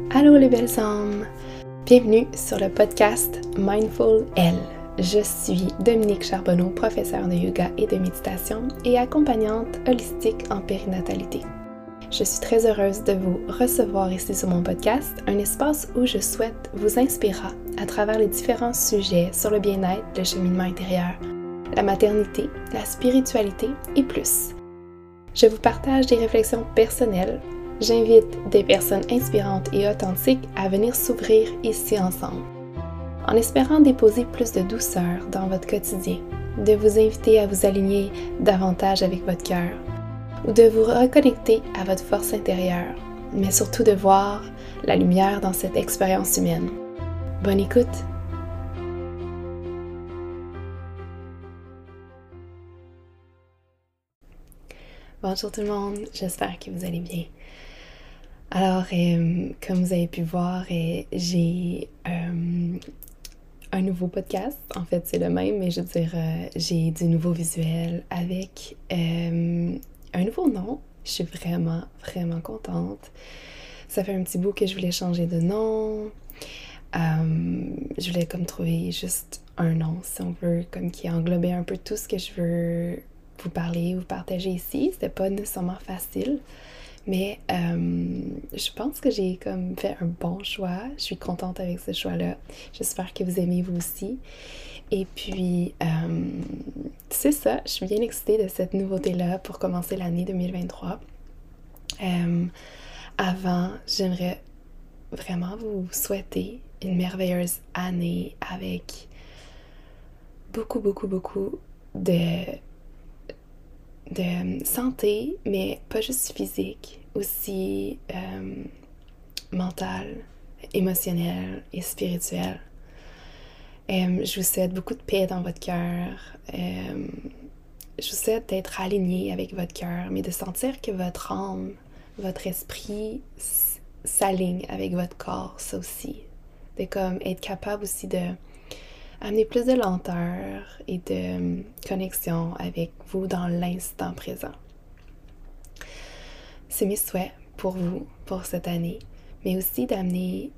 Allô les belles âmes! Bienvenue sur le podcast Mindful Elle. Je suis Dominique Charbonneau, professeure de yoga et de méditation et accompagnante holistique en périnatalité. Je suis très heureuse de vous recevoir ici sur mon podcast, un espace où je souhaite vous inspirer à travers les différents sujets sur le bien-être, le cheminement intérieur, la maternité, la spiritualité et plus. Je vous partage des réflexions personnelles. J'invite des personnes inspirantes et authentiques à venir s'ouvrir ici ensemble, en espérant déposer plus de douceur dans votre quotidien, de vous inviter à vous aligner davantage avec votre cœur, ou de vous reconnecter à votre force intérieure, mais surtout de voir la lumière dans cette expérience humaine. Bonne écoute! Bonjour tout le monde, j'espère que vous allez bien. Alors, comme vous avez pu voir, j'ai un nouveau podcast. En fait, c'est le même, mais je veux dire, j'ai du nouveau visuel avec un nouveau nom. Je suis vraiment, vraiment contente. Ça fait un petit bout que je voulais changer de nom. Je voulais comme trouver juste un nom, si on veut, comme qui englobait un peu tout ce que je veux vous parler, vous partager ici. C'était pas nécessairement facile. Mais je pense que j'ai comme fait un bon choix. Je suis contente avec ce choix-là. J'espère que vous aimez vous aussi. Et puis, c'est ça. Je suis bien excitée de cette nouveauté-là pour commencer l'année 2023. Avant, j'aimerais vraiment vous souhaiter une merveilleuse année avec beaucoup de santé, mais pas juste physique, aussi mentale, émotionnelle et spirituelle. Je vous souhaite beaucoup de paix dans votre cœur. Je vous souhaite d'être aligné avec votre cœur, mais de sentir que votre âme, votre esprit s'aligne avec votre corps, ça aussi. De comme être capable aussi de amener plus de lenteur et de connexion avec vous dans l'instant présent. C'est mes souhaits pour vous, pour cette année, mais aussi d'amener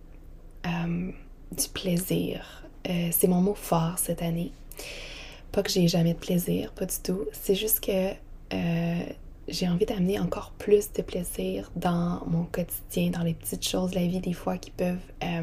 du plaisir. C'est mon mot fort cette année. Pas que j'ai jamais de plaisir, pas du tout. C'est juste que j'ai envie d'amener encore plus de plaisir dans mon quotidien, dans les petites choses de la vie des fois qui peuvent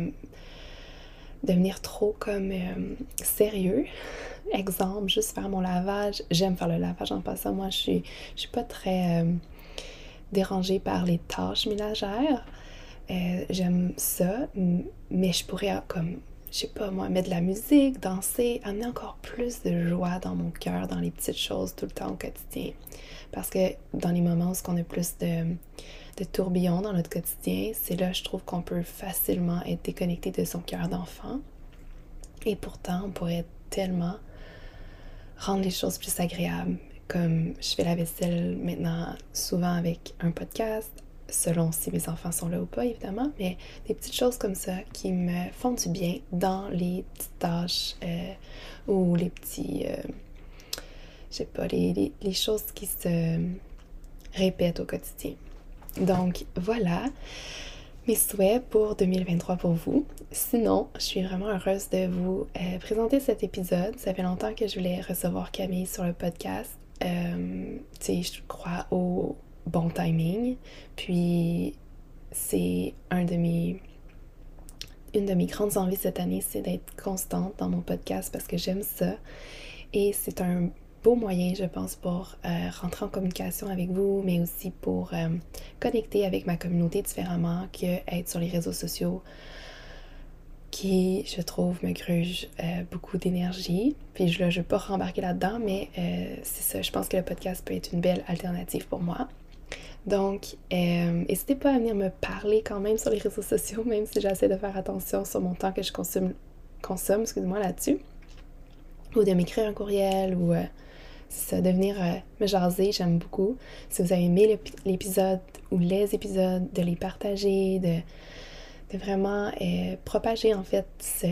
devenir trop comme sérieux. Exemple, juste faire mon lavage. J'aime faire le lavage en passant. Moi, je suis pas très dérangée par les tâches ménagères. J'aime ça, mais je pourrais comme, je sais pas moi, mettre de la musique, danser, amener encore plus de joie dans mon cœur, dans les petites choses tout le temps au quotidien. Parce que dans les moments où on a plus de tourbillons dans notre quotidien, c'est là je trouve qu'on peut facilement être déconnecté de son cœur d'enfant. Et pourtant, on pourrait tellement rendre les choses plus agréables. Comme je fais la vaisselle maintenant souvent avec un podcast, selon si mes enfants sont là ou pas évidemment, mais des petites choses comme ça qui me font du bien dans les petites tâches ou les petits, je sais pas, les choses qui se répètent au quotidien. Donc voilà mes souhaits pour 2023 pour vous. Sinon, je suis vraiment heureuse de vous présenter cet épisode. Ça fait longtemps que je voulais recevoir Camille sur le podcast. Tu sais, je crois au bon timing. Puis, c'est une de mes grandes envies cette année, c'est d'être constante dans mon podcast parce que j'aime ça. Et c'est un beau moyen, je pense, pour rentrer en communication avec vous, mais aussi pour connecter avec ma communauté différemment que être sur les réseaux sociaux qui, je trouve, me gruge beaucoup d'énergie. Puis là, je ne vais pas rembarquer là-dedans, mais c'est ça, je pense que le podcast peut être une belle alternative pour moi. Donc, n'hésitez pas à venir me parler quand même sur les réseaux sociaux, même si j'essaie de faire attention sur mon temps que je consomme là-dessus. Ou de m'écrire un courriel, ou c'est ça, de venir me jaser, j'aime beaucoup. Si vous avez aimé l'épisode ou les épisodes, de les partager, de vraiment propager en fait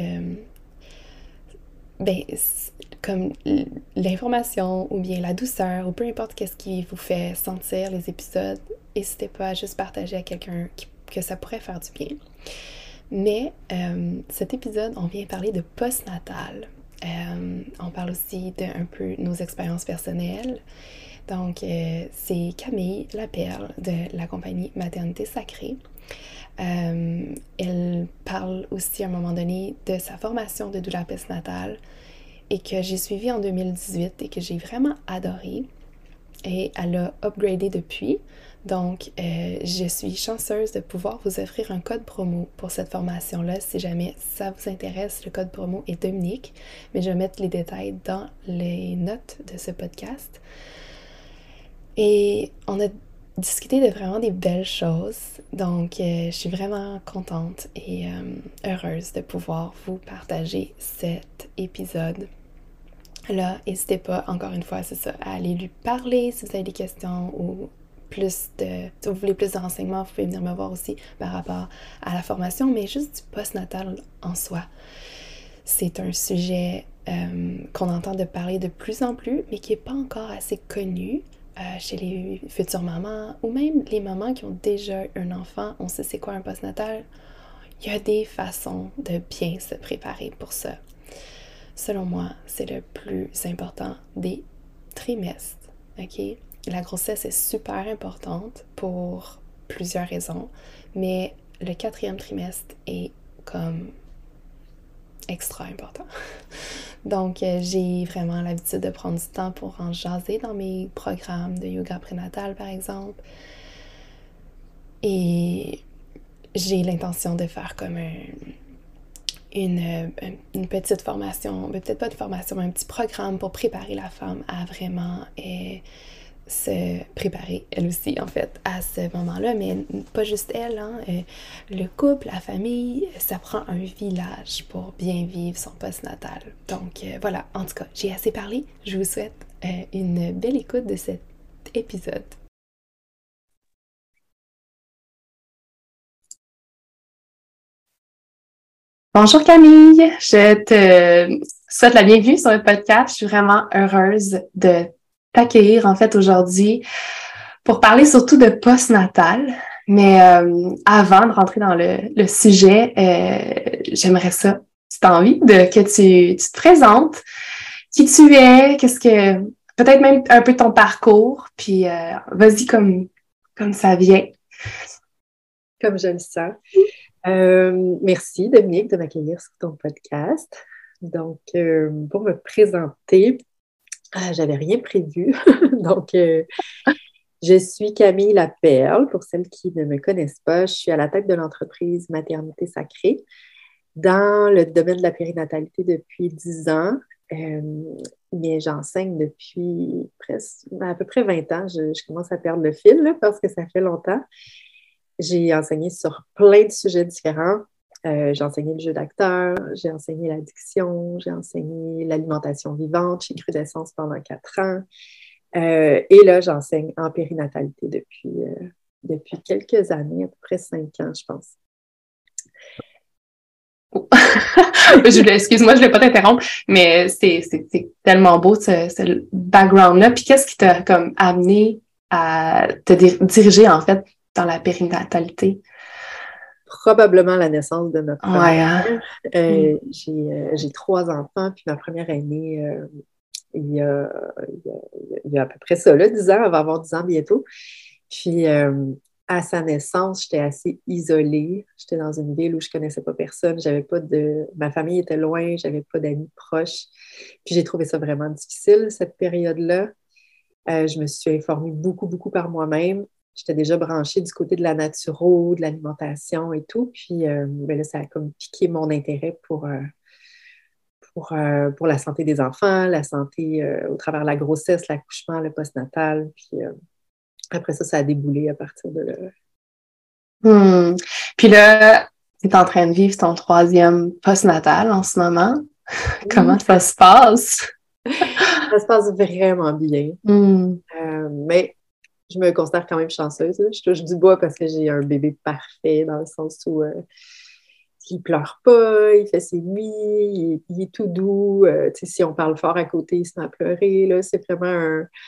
comme l'information ou bien la douceur ou peu importe qu'est-ce qui vous fait sentir les épisodes, n'hésitez pas à juste partager à quelqu'un qui que ça pourrait faire du bien. Mais cet épisode, on vient parler de postnatal. On parle aussi d'un peu nos expériences personnelles. Donc, c'est Camille Laperle de la compagnie Maternité Sacrée. Elle parle aussi à un moment donné de sa formation de doula postnatale et que j'ai suivi en 2018 et que j'ai vraiment adoré. Et elle a upgradé depuis. Donc, je suis chanceuse de pouvoir vous offrir un code promo pour cette formation-là. Si jamais ça vous intéresse, le code promo est Dominique, mais je vais mettre les détails dans les notes de ce podcast. Et on a discuté de vraiment des belles choses. Donc, je suis vraiment contente et heureuse de pouvoir vous partager cet épisode. Là, n'hésitez pas, encore une fois, c'est ça, à aller lui parler si vous avez des questions ou si vous voulez plus de renseignements, vous pouvez venir me voir aussi par rapport à la formation, mais juste du postnatal en soi. C'est un sujet qu'on entend de parler de plus en plus, mais qui n'est pas encore assez connu chez les futures mamans ou même les mamans qui ont déjà un enfant. On sait c'est quoi un postnatal. Il y a des façons de bien se préparer pour ça. Selon moi, c'est le plus important des trimestres, ok? La grossesse est super importante pour plusieurs raisons, mais le 4e trimestre est comme extra important. Donc, j'ai vraiment l'habitude de prendre du temps pour en jaser dans mes programmes de yoga prénatal, par exemple. Et j'ai l'intention de faire comme une petite formation, peut-être pas de formation, mais un petit programme pour préparer la femme à vraiment se préparer, elle aussi, en fait, à ce moment-là, mais pas juste elle, hein, le couple, la famille, ça prend un village pour bien vivre son postnatal. Donc, voilà, en tout cas, j'ai assez parlé. Je vous souhaite une belle écoute de cet épisode. Bonjour Camille, je te souhaite la bienvenue sur le podcast. Je suis vraiment heureuse de t'accueillir en fait aujourd'hui pour parler surtout de postnatal. Mais avant de rentrer dans le sujet, j'aimerais ça, si tu as envie, que tu te présentes, qui tu es, peut-être même un peu ton parcours, puis vas-y comme ça vient. Comme je le sens. Merci, Dominique, de m'accueillir sur ton podcast. Donc, pour me présenter, j'avais rien prévu. Donc, je suis Camille Laperle. Pour celles qui ne me connaissent pas, je suis à la tête de l'entreprise Maternité Sacrée dans le domaine de la périnatalité depuis 10 ans. Mais j'enseigne depuis presque à peu près 20 ans. Je commence à perdre le fil là, parce que ça fait longtemps. J'ai enseigné sur plein de sujets différents. J'ai enseigné le jeu d'acteur, j'ai enseigné l'addiction, j'ai enseigné l'alimentation vivante chez Crudescence pendant 4 ans. Et là, j'enseigne en périnatalité depuis quelques années, à peu près 5 ans, je pense. Excuse-moi, je ne vais pas t'interrompre, mais c'est tellement beau ce background-là. Puis qu'est-ce qui t'a comme amené à te diriger en fait dans la périnatalité? Probablement la naissance de notre première. Ouais, J'ai 3 enfants, puis ma première est née il y a à peu près ça, là, 10 ans, elle va avoir 10 ans bientôt. Puis à sa naissance, j'étais assez isolée. J'étais dans une ville où je ne connaissais pas personne. Ma famille était loin, je n'avais pas d'amis proches. Puis j'ai trouvé ça vraiment difficile, cette période-là. Je me suis informée beaucoup, beaucoup par moi-même. J'étais déjà branchée du côté de la naturo, de l'alimentation et tout. Puis ben là, ça a comme piqué mon intérêt pour la santé des enfants, la santé au travers de la grossesse, l'accouchement, le postnatal. Puis après ça, ça a déboulé à partir de là. Puis là, tu es en train de vivre ton 3e postnatal en ce moment. Comment ça se passe? Ça se passe vraiment bien. Mais je me considère quand même chanceuse. Là. Je touche du bois parce que j'ai un bébé parfait dans le sens où il pleure pas, il fait ses nuits, il est tout doux. Si on parle fort à côté, il se met à pleurer. Là. C'est vraiment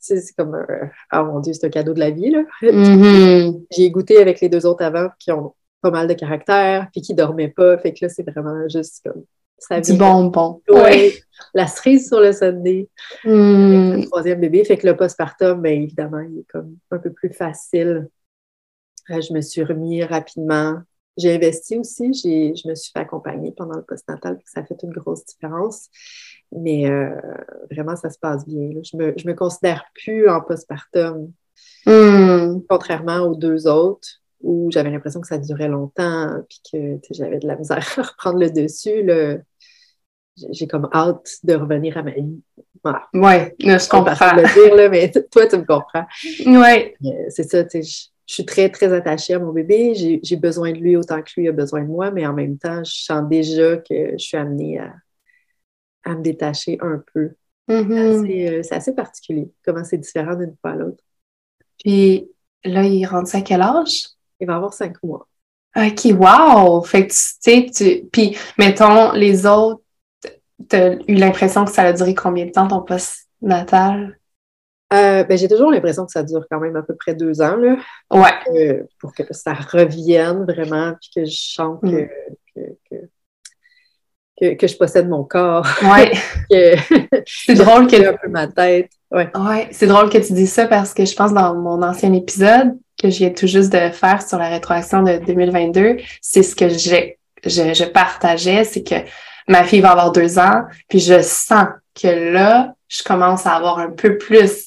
c'est comme oh mon Dieu, c'est un cadeau de la vie, là. Mm-hmm. J'ai goûté avec les 2 autres avant qui ont pas mal de caractère, puis qui dormaient pas. Fait que là, c'est vraiment juste comme ça Du vient. bonbon. Ouais. La cerise sur le sundae avec le Mm. 3e bébé. Fait que le postpartum, bien évidemment, il est comme un peu plus facile. Je me suis remis rapidement. J'ai investi aussi. Je me suis fait accompagner pendant le postnatal, puis ça a fait une grosse différence. Mais vraiment, ça se passe bien, là. Je me considère plus en postpartum, Mm. contrairement aux 2 autres, où j'avais l'impression que ça durait longtemps, puis que j'avais de la misère à reprendre le dessus. Là. J'ai comme hâte de revenir à ma vie. Voilà. Ouais, je C'est pas facile comprends. de le dire, là, mais toi, tu me comprends. Ouais. C'est ça, je suis très, très attachée à mon bébé. J'ai besoin de lui autant que lui a besoin de moi, mais en même temps, je sens déjà que je suis amenée à me détacher un peu. Mm-hmm. C'est assez particulier, comment c'est différent d'une fois à l'autre. Puis là, il est rendu à quel âge? Il va avoir 5 mois. OK, wow! Fait que tu sais, puis mettons, les autres, t'as eu l'impression que ça a duré combien de temps ton post-natal? Ben, j'ai toujours l'impression que ça dure quand même à peu près 2 ans, là, Ouais. pour que ça revienne vraiment, puis que je sente Mm. que, que je possède mon corps, Ouais. que C'est j'ai drôle retrouvé un que peu ma tête. Ouais. Ouais, c'est drôle que tu dises ça parce que je pense dans mon ancien épisode que je viens tout juste de faire sur la rétroaction de 2022, c'est ce que je partageais, c'est que ma fille va avoir 2 ans, puis je sens que là, je commence à avoir un peu plus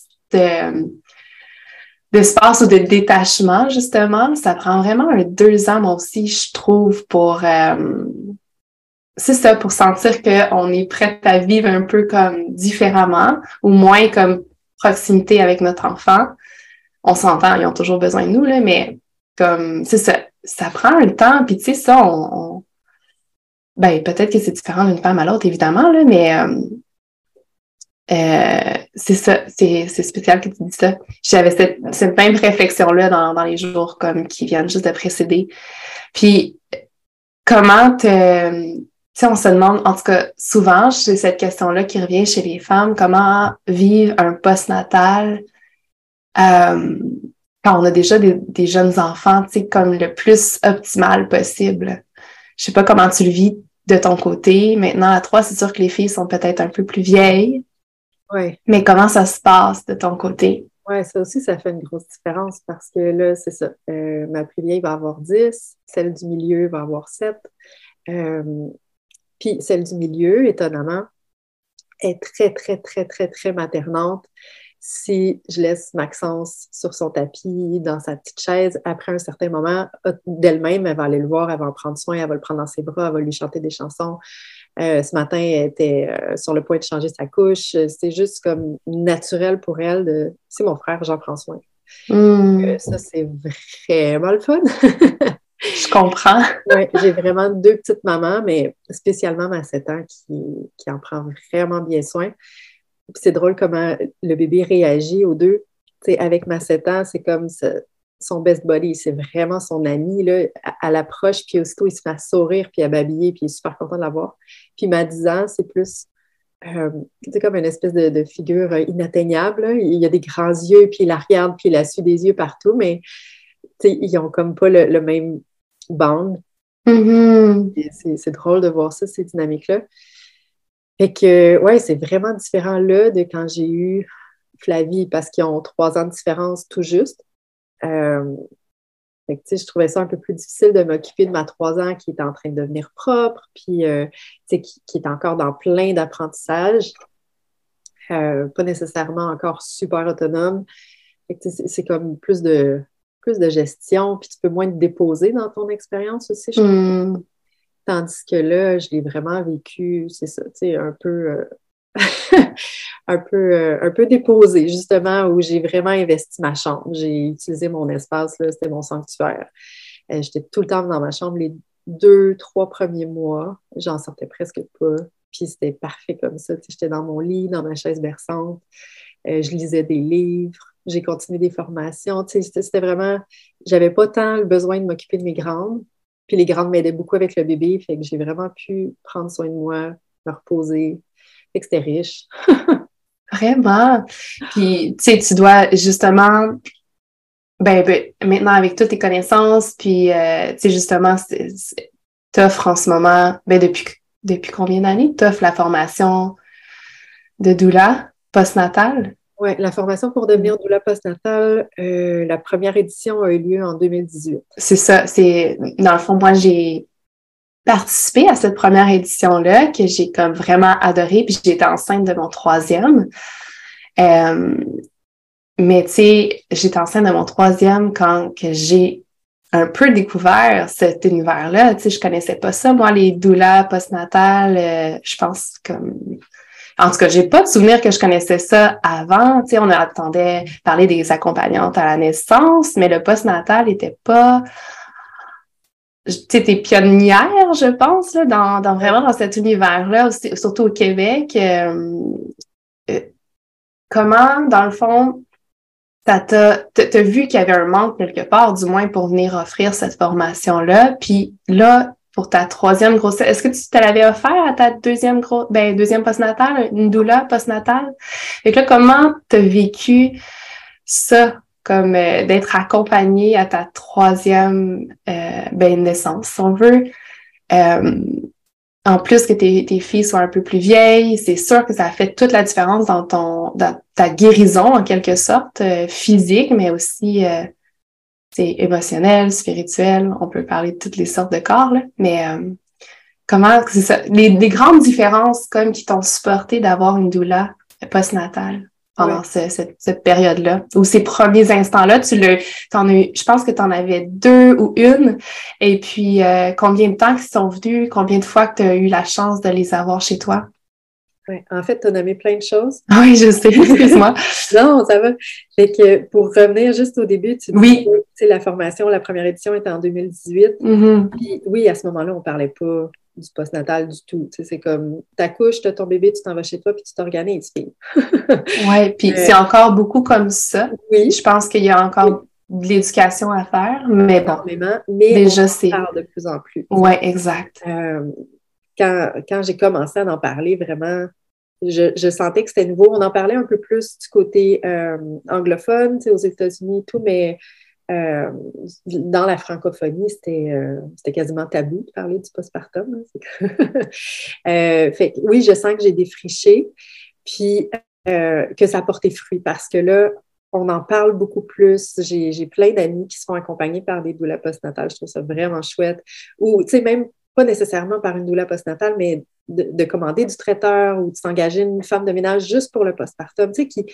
d'espace ou de détachement, justement. Ça prend vraiment 2 ans, moi aussi, je trouve, pour c'est ça, pour sentir qu'on est prête à vivre un peu comme différemment ou moins comme proximité avec notre enfant. On s'entend, ils ont toujours besoin de nous, là, mais comme, c'est ça, ça prend un temps, puis tu sais, ça, ben, peut-être que c'est différent d'une femme à l'autre, évidemment, là, mais c'est ça, c'est spécial que tu dis ça. J'avais cette même réflexion-là dans les jours comme qui viennent juste de précéder. Puis, comment te... Tu sais, on se demande, en tout cas, souvent, c'est cette question-là qui revient chez les femmes, comment vivre un postnatal quand on a déjà des jeunes enfants, tu sais, comme le plus optimal possible. Je sais pas comment tu le vis de ton côté. Maintenant, à 3, c'est sûr que les filles sont peut-être un peu plus vieilles, Ouais. mais comment ça se passe de ton côté? Ouais, ça aussi, ça fait une grosse différence parce que là, c'est ça. Ma plus vieille va avoir 10, celle du milieu va avoir 7. Euh, Puis celle du milieu, étonnamment, est très, très, très, très, très maternante. Si je laisse Maxence sur son tapis, dans sa petite chaise, après un certain moment, d'elle-même, elle va aller le voir, elle va en prendre soin, elle va le prendre dans ses bras, elle va lui chanter des chansons. Ce matin, elle était sur le point de changer sa couche. C'est juste comme naturel pour elle de... C'est mon frère, j'en prends soin. Ça, c'est vraiment le fun. Je comprends. Oui, j'ai vraiment 2 petites mamans, mais spécialement ma 7 ans qui en prend vraiment bien soin. Puis c'est drôle comment le bébé réagit aux deux. Tu sais, avec ma 7 ans, c'est comme son best buddy, c'est vraiment son ami. Là, à l'approche, puis aussitôt, il se met à sourire, puis à babiller, puis il est super content de la voir. Puis ma 10 ans, c'est plus c'est comme une espèce de figure inatteignable. Là. Il y a des grands yeux, puis il la regarde, puis il la suit des yeux partout, mais ils n'ont comme pas le même bond. Mm-hmm. C'est drôle de voir ça, ces dynamiques-là. Fait que, ouais, c'est vraiment différent là de quand j'ai eu Flavie parce qu'ils ont 3 ans de différence tout juste. Euh, Fait que, tu sais, je trouvais ça un peu plus difficile de m'occuper de ma 3 ans qui est en train de devenir propre, puis tu sais, qui est encore dans plein d'apprentissage, pas nécessairement encore super autonome. Fait que, tu sais, c'est comme plus de gestion, puis tu peux moins te déposer dans ton expérience aussi, je trouve. Mm. Tandis que là, je l'ai vraiment vécu, c'est ça, tu sais, un peu, un peu déposé, justement, où j'ai vraiment investi ma chambre. J'ai utilisé mon espace, là, c'était mon sanctuaire. J'étais tout le temps dans ma chambre les 2, 3 premiers mois. J'en sortais presque pas. Puis c'était parfait comme ça. Tu sais, j'étais dans mon lit, dans ma chaise berçante. Je lisais des livres. J'ai continué des formations. Tu sais, c'était vraiment... J'avais pas tant le besoin de m'occuper de mes grandes. Puis les grandes m'aidaient beaucoup avec le bébé. Fait que j'ai vraiment pu prendre soin de moi, me reposer. Fait que c'était riche. Vraiment. Puis, tu sais, tu dois justement, maintenant avec toutes tes connaissances, puis, tu sais, justement, t'offres en ce moment, depuis combien d'années? T'offres la formation de doula postnatale? Oui, la formation pour devenir doula postnatale, la première édition a eu lieu en 2018. C'est ça. Dans le fond, moi, j'ai participé à cette première édition-là, que j'ai comme vraiment adoré, puis j'étais enceinte de mon troisième. Euh, mais tu sais, j'étais enceinte de mon troisième quand que j'ai un peu découvert cet univers-là. Tu sais, je connaissais pas ça, moi, les doulas postnatales. Je pense comme... En tout cas, j'ai pas de souvenir que je connaissais ça avant. Tu sais, on attendait parler des accompagnantes à la naissance, mais le postnatal était pas... Tu sais, t'es pionnière, je pense, là, vraiment dans cet univers-là, aussi, surtout au Québec. Euh, comment, dans le fond, t'as vu qu'il y avait un manque quelque part, du moins pour venir offrir cette formation-là. Puis là, pour ta troisième grossesse, est-ce que tu te l'avais offert à ta deuxième postnatale, une doula postnatale? Fait que là, comment t'as vécu ça, comme d'être accompagnée à ta troisième naissance, si on veut? Euh, En plus que tes filles soient un peu plus vieilles, c'est sûr que ça fait toute la différence dans ta guérison, en quelque sorte, physique, mais aussi c'est émotionnel, spirituel. On peut parler de toutes les sortes de corps, là. Mais comment, c'est ça, des grandes différences comme qui t'ont supporté d'avoir une doula postnatale pendant cette période-là, ou ces premiers instants-là, je pense que tu en avais deux ou une, et puis combien de temps qu'ils sont venus, combien de fois que tu as eu la chance de les avoir chez toi? Ouais. En fait, tu as nommé plein de choses. Oui, je sais, excuse-moi. Non, ça va. Fait que pour revenir juste au début, tu dis Oui. que la formation, la première édition était en 2018. Mm-hmm. Puis oui, à ce moment-là, on ne parlait pas du postnatal du tout. Tu sais, c'est comme, t'accouches, tu as ton bébé, tu t'en vas chez toi, puis tu t'organises. Oui, puis c'est encore beaucoup comme ça. Oui. Je pense qu'il y a encore de l'éducation à faire, mais bon, mais déjà on en parle de plus en plus. Oui, exact. Quand j'ai commencé à en parler, vraiment, je sentais que c'était nouveau. On en parlait un peu plus du côté anglophone, aux États-Unis, tout, mais dans la francophonie, c'était quasiment tabou de parler du postpartum. Fait que, oui, je sens que j'ai défriché, puis que ça a porté fruit parce que là, on en parle beaucoup plus. J'ai plein d'amis qui se font accompagner par des doulas postnatales. Je trouve ça vraiment chouette. Ou, tu sais, même pas nécessairement par une doula postnatale, mais de commander du traiteur ou de s'engager une femme de ménage juste pour le postpartum, tu sais, qui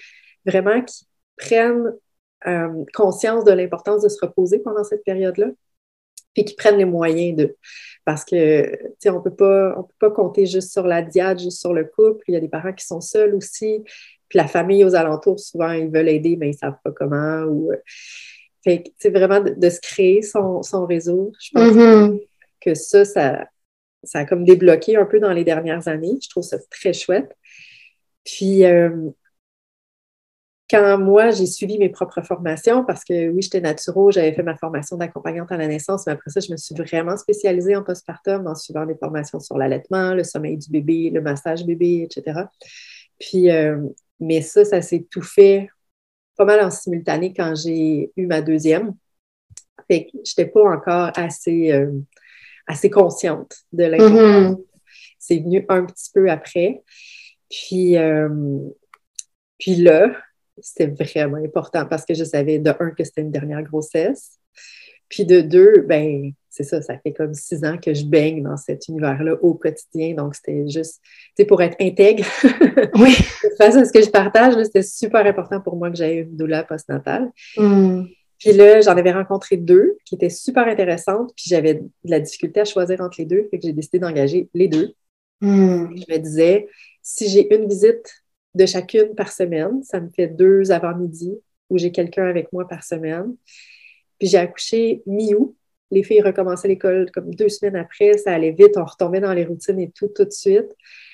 prennent conscience de l'importance de se reposer pendant cette période-là, puis qui prennent les moyens de. Parce que, tu sais, on peut pas compter juste sur la diade, juste sur le couple. Il y a des parents qui sont seuls aussi. Puis la famille aux alentours, souvent, ils veulent aider, mais ils savent pas comment. Fait que, tu sais, vraiment de se créer son réseau. Je pense que ça a comme débloqué un peu dans les dernières années. Je trouve ça très chouette. Puis, quand moi, j'ai suivi mes propres formations, parce que oui, j'étais naturo, j'avais fait ma formation d'accompagnante à la naissance, mais après ça, je me suis vraiment spécialisée en postpartum en suivant des formations sur l'allaitement, le sommeil du bébé, le massage bébé, etc. Puis, mais ça s'est tout fait pas mal en simultané quand j'ai eu ma deuxième. Fait que je n'étais pas encore assez consciente de l'importance. C'est venu un petit peu après. Puis là, c'était vraiment important parce que je savais de un que c'était une dernière grossesse. Puis de deux, ben c'est ça fait comme 6 ans que je baigne dans cet univers-là au quotidien. Donc, c'était juste, tu sais, pour être intègre, oui. face à ce que je partage, là, c'était super important pour moi que j'aie une doula postnatale. Mm. Puis là, j'en avais rencontré 2 qui étaient super intéressantes, puis j'avais de la difficulté à choisir entre les 2, fait que j'ai décidé d'engager les 2. Je me disais, si j'ai une visite de chacune par semaine, ça me fait 2 avant-midi où j'ai quelqu'un avec moi par semaine. Puis j'ai accouché mi-août. Les filles recommençaient l'école comme 2 semaines après. Ça allait vite. On retombait dans les routines et tout de suite.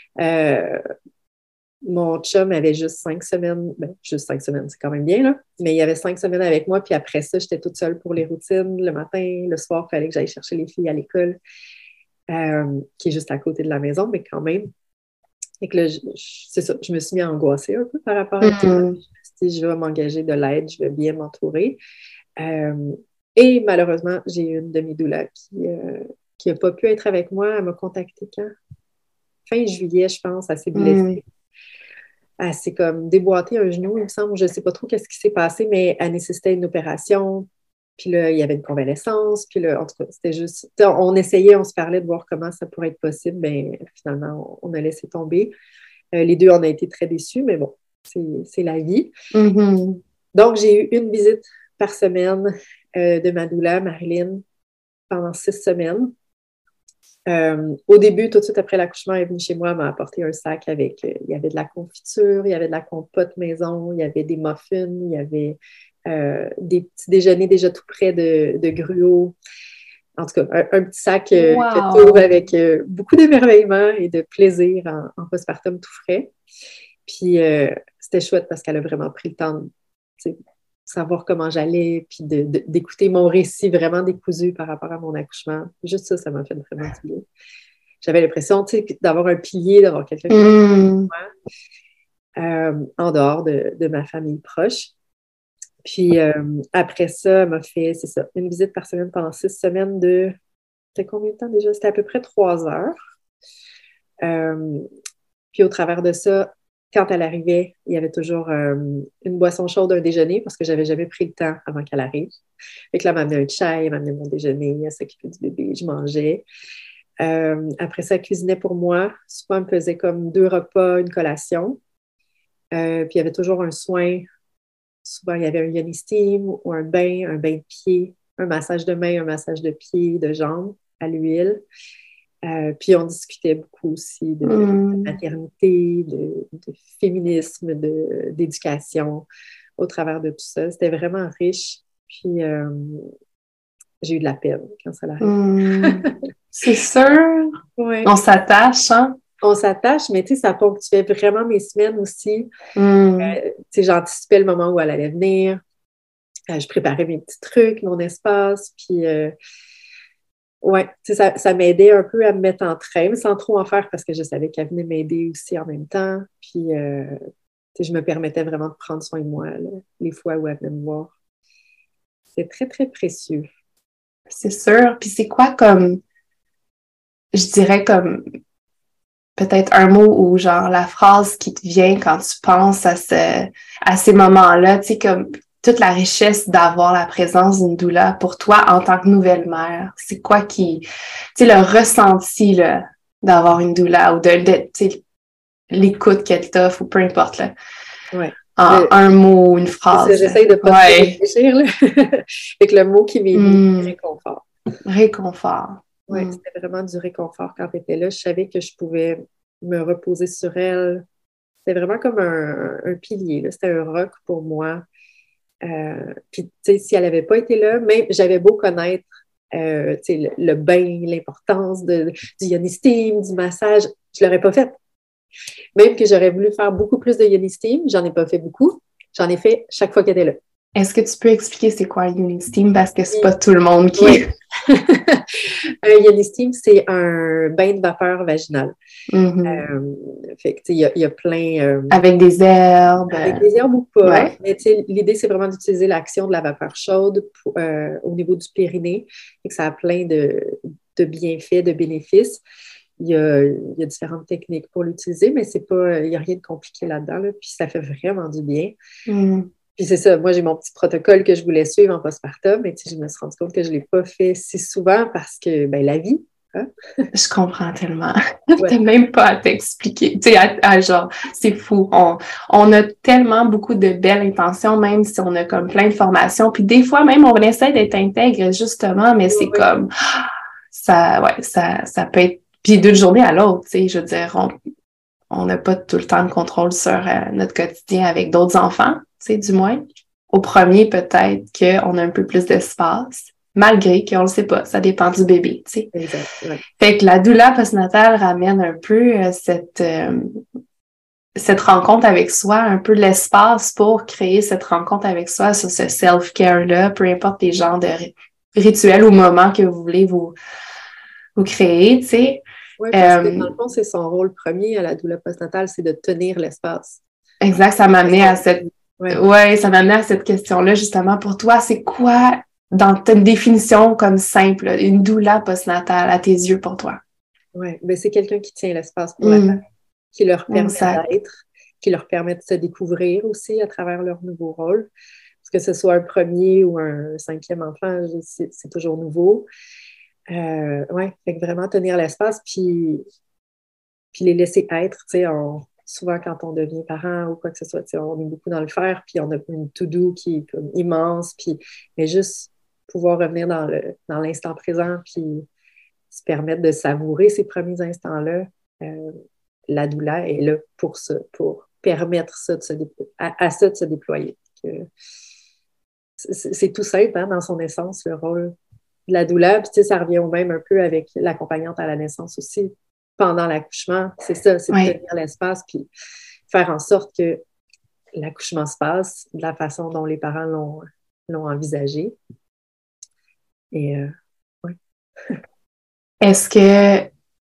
Mon chum avait juste 5 semaines. Ben, juste 5 semaines, c'est quand même bien, là. Mais il y avait 5 semaines avec moi. Puis après ça, j'étais toute seule pour les routines. Le matin, le soir, il fallait que j'aille chercher les filles à l'école, qui est juste à côté de la maison, mais quand même. Et que là, c'est ça, je me suis mis à angoisser un peu par rapport à tout ça. Je me suis dit, je vais m'engager de l'aide, je vais bien m'entourer. Et malheureusement, j'ai une de mes doulas qui n'a pas pu être avec moi. Elle m'a contactée quand? Fin juillet, je pense. Elle s'est blessée. Elle s'est comme déboîtée un genou, il me semble. Je ne sais pas trop qu'est-ce qui s'est passé, mais elle nécessitait une opération. Puis là, il y avait une convalescence. Puis là, en tout cas, c'était juste... On essayait, on se parlait de voir comment ça pourrait être possible. Mais finalement, on a laissé tomber. Les deux, on a été très déçus, mais bon, c'est la vie. Donc, j'ai eu une visite par semaine de ma doula, Marilyn, pendant 6 semaines. Au début, tout de suite après l'accouchement, elle est venue chez moi, elle m'a apporté un sac avec, il y avait de la confiture, il y avait de la compote maison, il y avait des muffins, il y avait des petits déjeuners déjà tout près de gruau. En tout cas, un petit sac que tu ouvres avec beaucoup d'émerveillement et de plaisir en postpartum tout frais. Puis c'était chouette parce qu'elle a vraiment pris le temps de savoir comment j'allais, puis d'écouter mon récit vraiment décousu par rapport à mon accouchement. Juste ça, ça m'a fait vraiment du bien. J'avais l'impression, d'avoir un pilier, d'avoir quelqu'un qui moi, en dehors de ma famille proche. Puis après ça, elle m'a fait, c'est ça, une visite par semaine pendant 6 semaines de... C'était combien de temps déjà? C'était à peu près 3 heures. Puis au travers de ça, quand elle arrivait, il y avait toujours une boisson chaude, un déjeuner, parce que je n'avais jamais pris le temps avant qu'elle arrive. Fait que là, elle m'amenait un chai, elle m'amenait mon déjeuner, elle s'occupait du bébé, je mangeais. Après ça, elle cuisinait pour moi. Souvent, elle me faisait comme 2 repas, une collation. Puis il y avait toujours un soin. Souvent, il y avait un yoni steam ou un bain de pied, un massage de main, un massage de pied, de jambes à l'huile. Puis on discutait beaucoup aussi de maternité, de féminisme, d'éducation au travers de tout ça. C'était vraiment riche. Puis j'ai eu de la peine quand ça l'arrive. C'est sûr. Ouais. On s'attache, hein? On s'attache, mais tu sais, ça ponctuait vraiment mes semaines aussi. Tu sais, j'anticipais le moment où elle allait venir. Je préparais mes petits trucs, mon espace, puis ouais, tu sais, ça m'aidait un peu à me mettre en train, mais sans trop en faire parce que je savais qu'elle venait m'aider aussi en même temps. Puis, tu sais, je me permettais vraiment de prendre soin de moi là, les fois où elle venait me voir. C'est très, très précieux. C'est sûr. Puis c'est quoi comme, je dirais comme, peut-être un mot ou genre la phrase qui te vient quand tu penses à ces moments-là, tu sais, comme toute la richesse d'avoir la présence d'une doula pour toi en tant que nouvelle mère. C'est quoi qui, tu sais, le ressenti là, d'avoir une doula ou tu sais, l'écoute qu'elle t'offre ou peu importe là. Ouais. Un mot, une phrase. J'essaie de pas réfléchir là. Avec le mot qui m'est venu, réconfort. Réconfort. Oui, c'était vraiment du réconfort quand elle était là. Je savais que je pouvais me reposer sur elle. C'était vraiment comme un pilier. Là. C'était un roc pour moi. Puis, tu sais, si elle n'avait pas été là, même j'avais beau connaître le bain, l'importance du yoni steam, du massage, je ne l'aurais pas fait. Même que j'aurais voulu faire beaucoup plus de yoni steam, j'en ai pas fait beaucoup. J'en ai fait chaque fois qu'elle était là. Est-ce que tu peux expliquer c'est quoi un yoni steam? Parce que c'est pas tout le monde qui... Oui. Un yoni steam, c'est un bain de vapeur vaginale. Fait que, il y a plein... avec des herbes. Avec des herbes ou pas. Ouais. Mais l'idée, c'est vraiment d'utiliser l'action de la vapeur chaude au niveau du périnée. Et que ça a plein de bienfaits, de bénéfices. Il y a différentes techniques pour l'utiliser, mais il n'y a rien de compliqué là-dedans. Là, puis ça fait vraiment du bien. Puis c'est ça, moi j'ai mon petit protocole que je voulais suivre en postpartum, mais je me suis rendu compte que je ne l'ai pas fait si souvent parce que la vie. Hein? Je comprends tellement. Ouais. T'as même pas à t'expliquer. Tu sais, genre, c'est fou. On a tellement beaucoup de belles intentions, même si on a comme plein de formations. Puis des fois, même, on essaie d'être intègre, justement, mais c'est comme ça peut être. Puis d'une journée à l'autre, tu sais, je veux dire, on n'a pas tout le temps de contrôle sur notre quotidien avec d'autres enfants, tu sais, du moins. Au premier, peut-être qu'on a un peu plus d'espace, malgré qu'on le sait pas, ça dépend du bébé, tu sais. Exact, ouais. Fait que la doula postnatale ramène un peu cette rencontre avec soi, un peu l'espace pour créer cette rencontre avec soi sur ce self-care-là, peu importe les genres de rituels ou moments que vous voulez vous créer, tu sais. Oui, parce que dans le fond, c'est son rôle premier à la doula postnatale, c'est de tenir l'espace. Exact, ça m'a amené à ça m'a amené à cette question-là, justement. Pour toi, c'est quoi, dans ta définition comme simple, une doula postnatale à tes yeux pour toi? Oui, ben c'est quelqu'un qui tient l'espace pour la famille, qui leur permet exact. d'être, qui leur permet de se découvrir aussi à travers leur nouveau rôle. Que ce soit un premier ou un 5e enfant, c'est toujours nouveau. Oui, fait que vraiment tenir l'espace, puis les laisser être. Souvent, quand on devient parent ou quoi que ce soit, on est beaucoup dans le faire, puis on a une to-do qui est comme immense, mais juste pouvoir revenir dans l'instant présent, puis se permettre de savourer ces premiers instants-là. La doula est là pour ça, pour permettre ça à ça de se déployer. C'est tout simple, hein, dans son essence, le rôle de la doula. Puis, ça revient au même un peu avec l'accompagnante à la naissance aussi. Pendant l'accouchement, c'est ça, c'est de tenir l'espace puis faire en sorte que l'accouchement se passe de la façon dont les parents l'ont envisagé. Et, oui. Est-ce que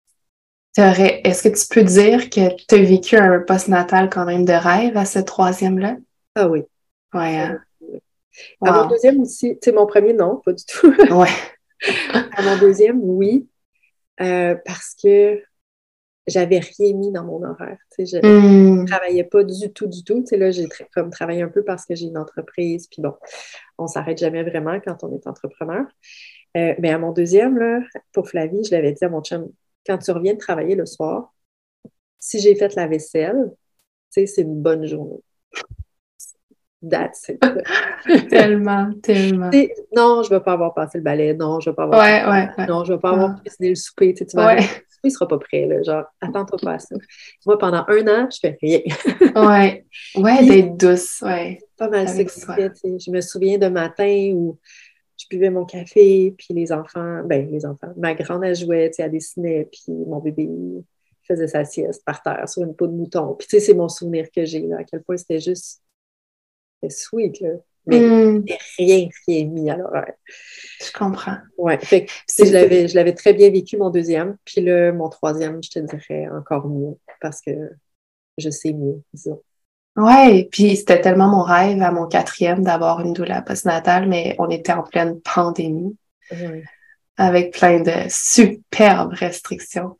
tu peux dire que tu as vécu un postnatal quand même de rêve à ce 3e-là? Ah oui. Ouais. Hein? À mon 2e aussi, mon premier, non, pas du tout. Ouais. À mon 2e, oui, parce que j'avais rien mis dans mon horaire. Je ne travaillais pas du tout. Là, j'ai comme travaillé un peu parce que j'ai une entreprise, puis bon, on ne s'arrête jamais vraiment quand on est entrepreneur. Mais à mon 2e, là, pour Flavie, je l'avais dit à mon chum, quand tu reviens de travailler le soir, si j'ai fait la vaisselle, c'est une bonne journée. That's it. Tellement. Non, je ne vais pas avoir passé le balai. Non, je ne vais pas avoir Non, je ne vais pas avoir cuisiné le souper. Tu vas arriver, le souper ne sera pas prêt. Là, genre, attends-toi pas à ça. Moi, pendant 1 an, je fais rien. Ouais, d'être douce. Ouais. Pas mal ça que je me souviens de matin où je buvais mon café, puis les enfants, ma grande, elle jouait, elle dessinait, puis mon bébé faisait sa sieste par terre sur une peau de mouton. Puis, c'est mon souvenir que j'ai, là, à quel point c'était juste sweet, là. Mais rien mis à l'horaire. Je comprends. Ouais, fait que, je l'avais très bien vécu, mon 2e. Puis là, mon 3e, je te dirais encore mieux, parce que je sais mieux, disons. Ouais, puis c'était tellement mon rêve à mon 4e d'avoir une doula postnatale, mais on était en pleine pandémie. Ouais. Avec plein de superbes restrictions.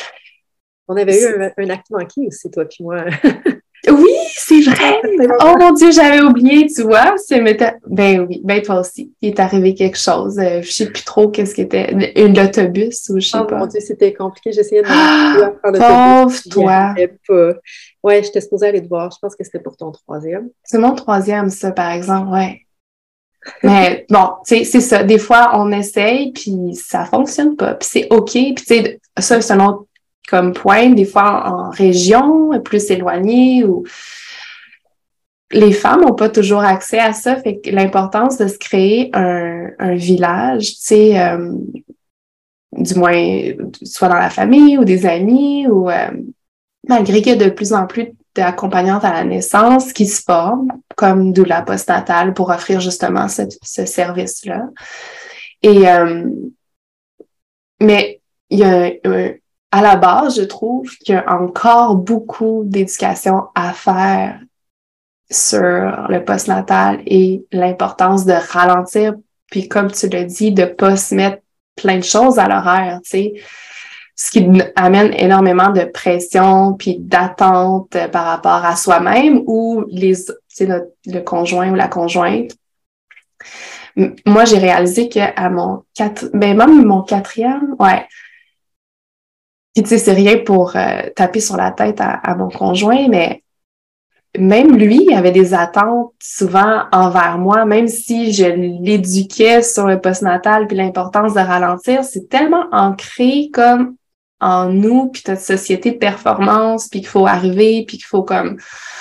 On avait eu un acte manqué aussi, toi puis moi. Oui, c'est vrai! Oh mon Dieu, j'avais oublié, tu vois. Ben oui, ben toi aussi. Il est arrivé quelque chose. Je sais plus trop qu'est-ce que c'était. L'autobus ou je sais pas. Oh mon Dieu, c'était compliqué. J'essayais de me prendre l'autobus. Pauvre toi! Ouais, j'étais supposée aller te voir. Je pense que c'était pour ton 3e. C'est mon 3e, ça, par exemple, ouais. Mais bon, c'est ça. Des fois, on essaye, puis ça fonctionne pas. Puis c'est OK. Puis tu sais, ça, c'est un autre comme point. Des fois, en région, plus éloignée, ou les femmes n'ont pas toujours accès à ça. Fait que l'importance de se créer un village, tu sais, du moins, soit dans la famille ou des amis, ou malgré qu'il y a de plus en plus d'accompagnantes à la naissance qui se forment comme doula postnatale pour offrir justement ce service-là. Et mais il y a à la base, je trouve qu'il y a encore beaucoup d'éducation à faire sur le postnatal et l'importance de ralentir, puis comme tu l'as dit, de pas se mettre plein de choses à l'horaire, tu sais. Ce qui amène énormément de pression puis d'attente par rapport à soi-même ou le conjoint ou la conjointe. Moi, j'ai réalisé qu'à même mon 4e, ouais. Puis tu sais, c'est rien pour taper sur la tête à mon conjoint, mais même lui, il avait des attentes souvent envers moi, même si je l'éduquais sur le postnatal puis l'importance de ralentir, c'est tellement ancré comme en nous, puis notre société de performance, puis qu'il faut arriver, puis qu'il faut comme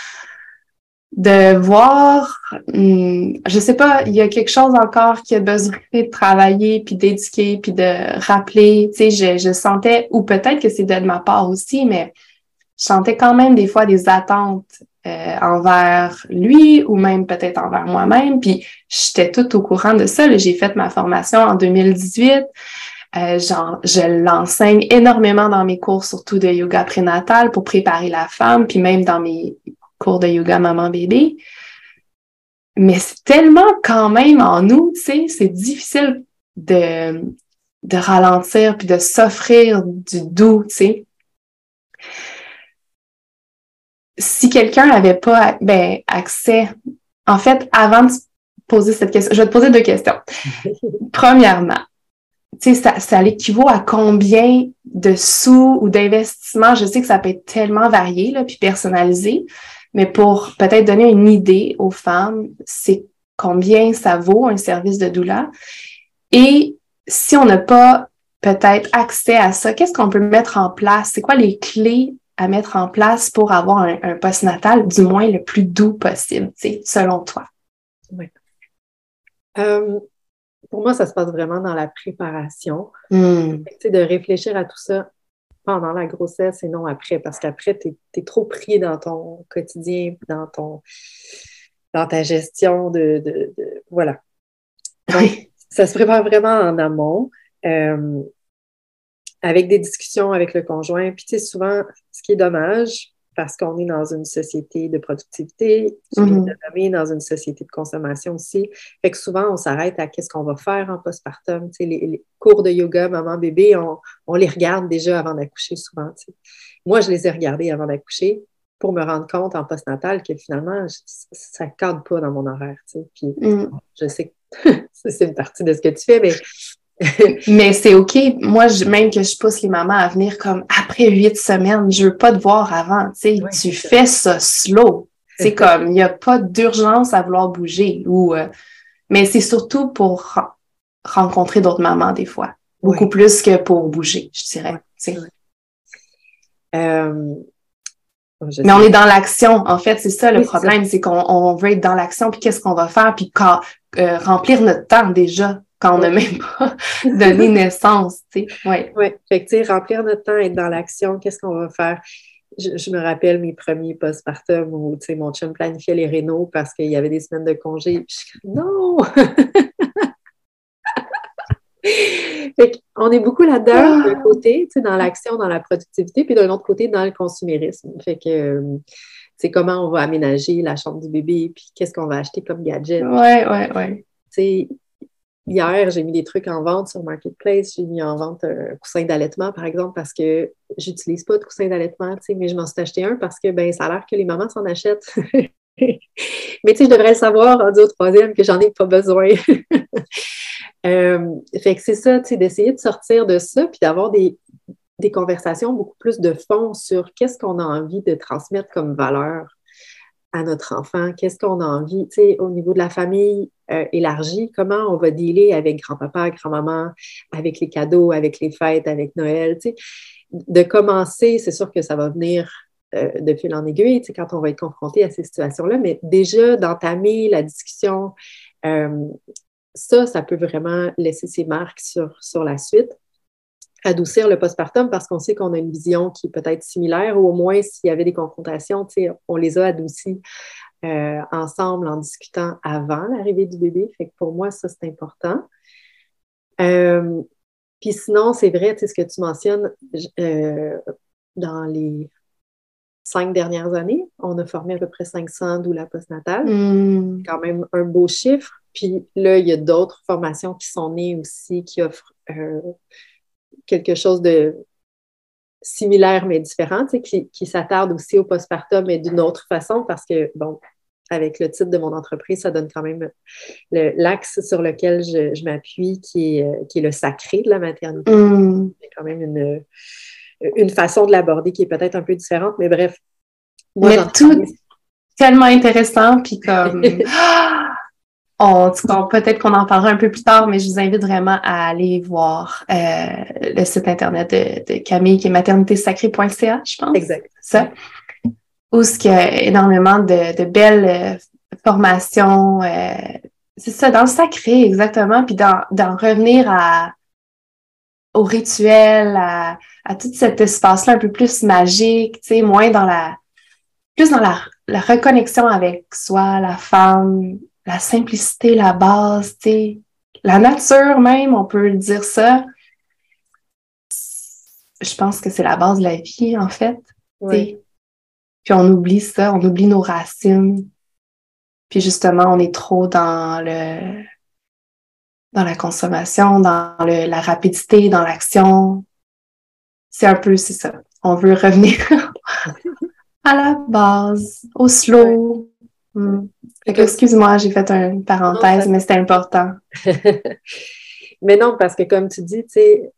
de voir, je sais pas, il y a quelque chose encore qui a besoin de travailler, puis d'éduquer, puis de rappeler, tu sais, je sentais, ou peut-être que c'est de ma part aussi, mais je sentais quand même des fois des attentes envers lui, ou même peut-être envers moi-même, puis j'étais toute au courant de ça, là. J'ai fait ma formation en 2018, Je l'enseigne énormément dans mes cours, surtout de yoga prénatal pour préparer la femme, puis même dans mes cours de yoga maman-bébé. Mais c'est tellement quand même en nous, tu sais, c'est difficile de ralentir puis de s'offrir du doux, tu sais. Si quelqu'un n'avait pas accès, en fait, avant de poser cette question, je vais te poser 2 questions. Premièrement, tu sais, ça l'équivaut à combien de sous ou d'investissement? Je sais que ça peut être tellement varié, là, puis personnalisé, mais pour peut-être donner une idée aux femmes, c'est combien ça vaut un service de doula. Et si on n'a pas peut-être accès à ça, qu'est-ce qu'on peut mettre en place? C'est quoi les clés à mettre en place pour avoir un postnatal, du moins le plus doux possible, tu sais, selon toi? Oui. Pour moi, ça se passe vraiment dans la préparation. De réfléchir à tout ça pendant la grossesse et non après, parce qu'après, tu es trop pris dans ton quotidien, dans ta gestion voilà. Donc, ça se prépare vraiment en amont, avec des discussions avec le conjoint. Puis, tu sais, souvent, ce qui est dommage, parce qu'on est dans une société de productivité, tu viens de nommer, dans une société de consommation aussi. Fait que souvent, on s'arrête à qu'est-ce qu'on va faire en postpartum. Tu sais, les cours de yoga maman-bébé, on les regarde déjà avant d'accoucher souvent. Tu sais. Moi, je les ai regardés avant d'accoucher pour me rendre compte en postnatal que finalement, ça ne cadre pas dans mon horaire. Tu sais. Puis, je sais que c'est une partie de ce que tu fais, mais... Mais c'est OK. Moi, même que je pousse les mamans à venir comme après 8 semaines, je veux pas te voir avant. Tu sais, tu fais ça slow. C'est comme, il n'y a pas d'urgence à vouloir bouger. Mais c'est surtout pour rencontrer d'autres mamans des fois. Beaucoup plus que pour bouger, je dirais. Mais on est dans l'action. En fait, c'est ça le problème. C'est qu'on veut être dans l'action. Puis qu'est-ce qu'on va faire? Puis remplir notre temps déjà. Quand on n'a même pas donné naissance, tu sais. Oui, fait que, tu sais, remplir notre temps, être dans l'action, qu'est-ce qu'on va faire? Je me rappelle mes premiers postpartum où, tu sais, mon chum planifiait les rénaux parce qu'il y avait des semaines de congé. Puis je suis comme, non! Fait qu'on est beaucoup là-dedans, d'un côté, tu sais, dans l'action, dans la productivité, puis d'un autre côté, dans le consumérisme. Fait que, c'est comment on va aménager la chambre du bébé, puis qu'est-ce qu'on va acheter comme gadget. Ouais. Tu sais, hier, j'ai mis des trucs en vente sur Marketplace. J'ai mis en vente un coussin d'allaitement, par exemple, parce que j'utilise pas de coussin d'allaitement, tu sais, mais je m'en suis acheté un parce que, ben, ça a l'air que les mamans s'en achètent. Mais, tu sais, je devrais le savoir, rendu au 3e, que j'en ai pas besoin. Fait que c'est ça, tu sais, d'essayer de sortir de ça, puis d'avoir des conversations beaucoup plus de fond sur qu'est-ce qu'on a envie de transmettre comme valeur à notre enfant, qu'est-ce qu'on a envie, tu sais, au niveau de la famille élargie, comment on va dealer avec grand-papa, grand-maman, avec les cadeaux, avec les fêtes, avec Noël, tu sais. De commencer, c'est sûr que ça va venir de fil en aiguille, tu sais, quand on va être confronté à ces situations-là, mais déjà d'entamer la discussion, ça peut vraiment laisser ses marques sur la suite. Adoucir le postpartum parce qu'on sait qu'on a une vision qui est peut-être similaire ou au moins s'il y avait des confrontations, tu sais, on les a adoucies ensemble en discutant avant l'arrivée du bébé. Fait que pour moi, ça, c'est important. Puis sinon, c'est vrai, tu sais, ce que tu mentionnes, dans les 5 dernières années, on a formé à peu près 500 doulas postnatales. C'est quand même un beau chiffre. Puis là, il y a d'autres formations qui sont nées aussi qui offrent quelque chose de similaire mais différent, tu sais, qui s'attarde aussi au postpartum, mais d'une autre façon, parce que, bon, avec le titre de mon entreprise, ça donne quand même l'axe sur lequel je m'appuie, qui est le sacré de la maternité. C'est quand même une façon de l'aborder qui est peut-être un peu différente, mais bref. Moi, mais tout tellement intéressant, puis comme... peut-être qu'on en parlera un peu plus tard, mais je vous invite vraiment à aller voir le site internet de Camille, qui est maternitésacrée.ca, je pense. Exact. Ça. Où il y a énormément de belles formations. C'est ça, dans le sacré, exactement. Puis d'en revenir au rituel, à tout cet espace-là un peu plus magique, tu sais, moins dans la reconnexion avec soi, la femme, la simplicité, la base, tu sais, la nature même, on peut dire ça. je pense que c'est la base de la vie, en fait. Ouais. Puis on oublie ça, on oublie nos racines. Puis justement, on est trop dans la consommation, dans la rapidité, dans l'action. C'est ça. On veut revenir à la base, au Ouais. slow. Fait que, Comme excuse-moi, j'ai fait une non, parenthèse, mais c'était important. Mais non, parce que comme tu dis, tu sais,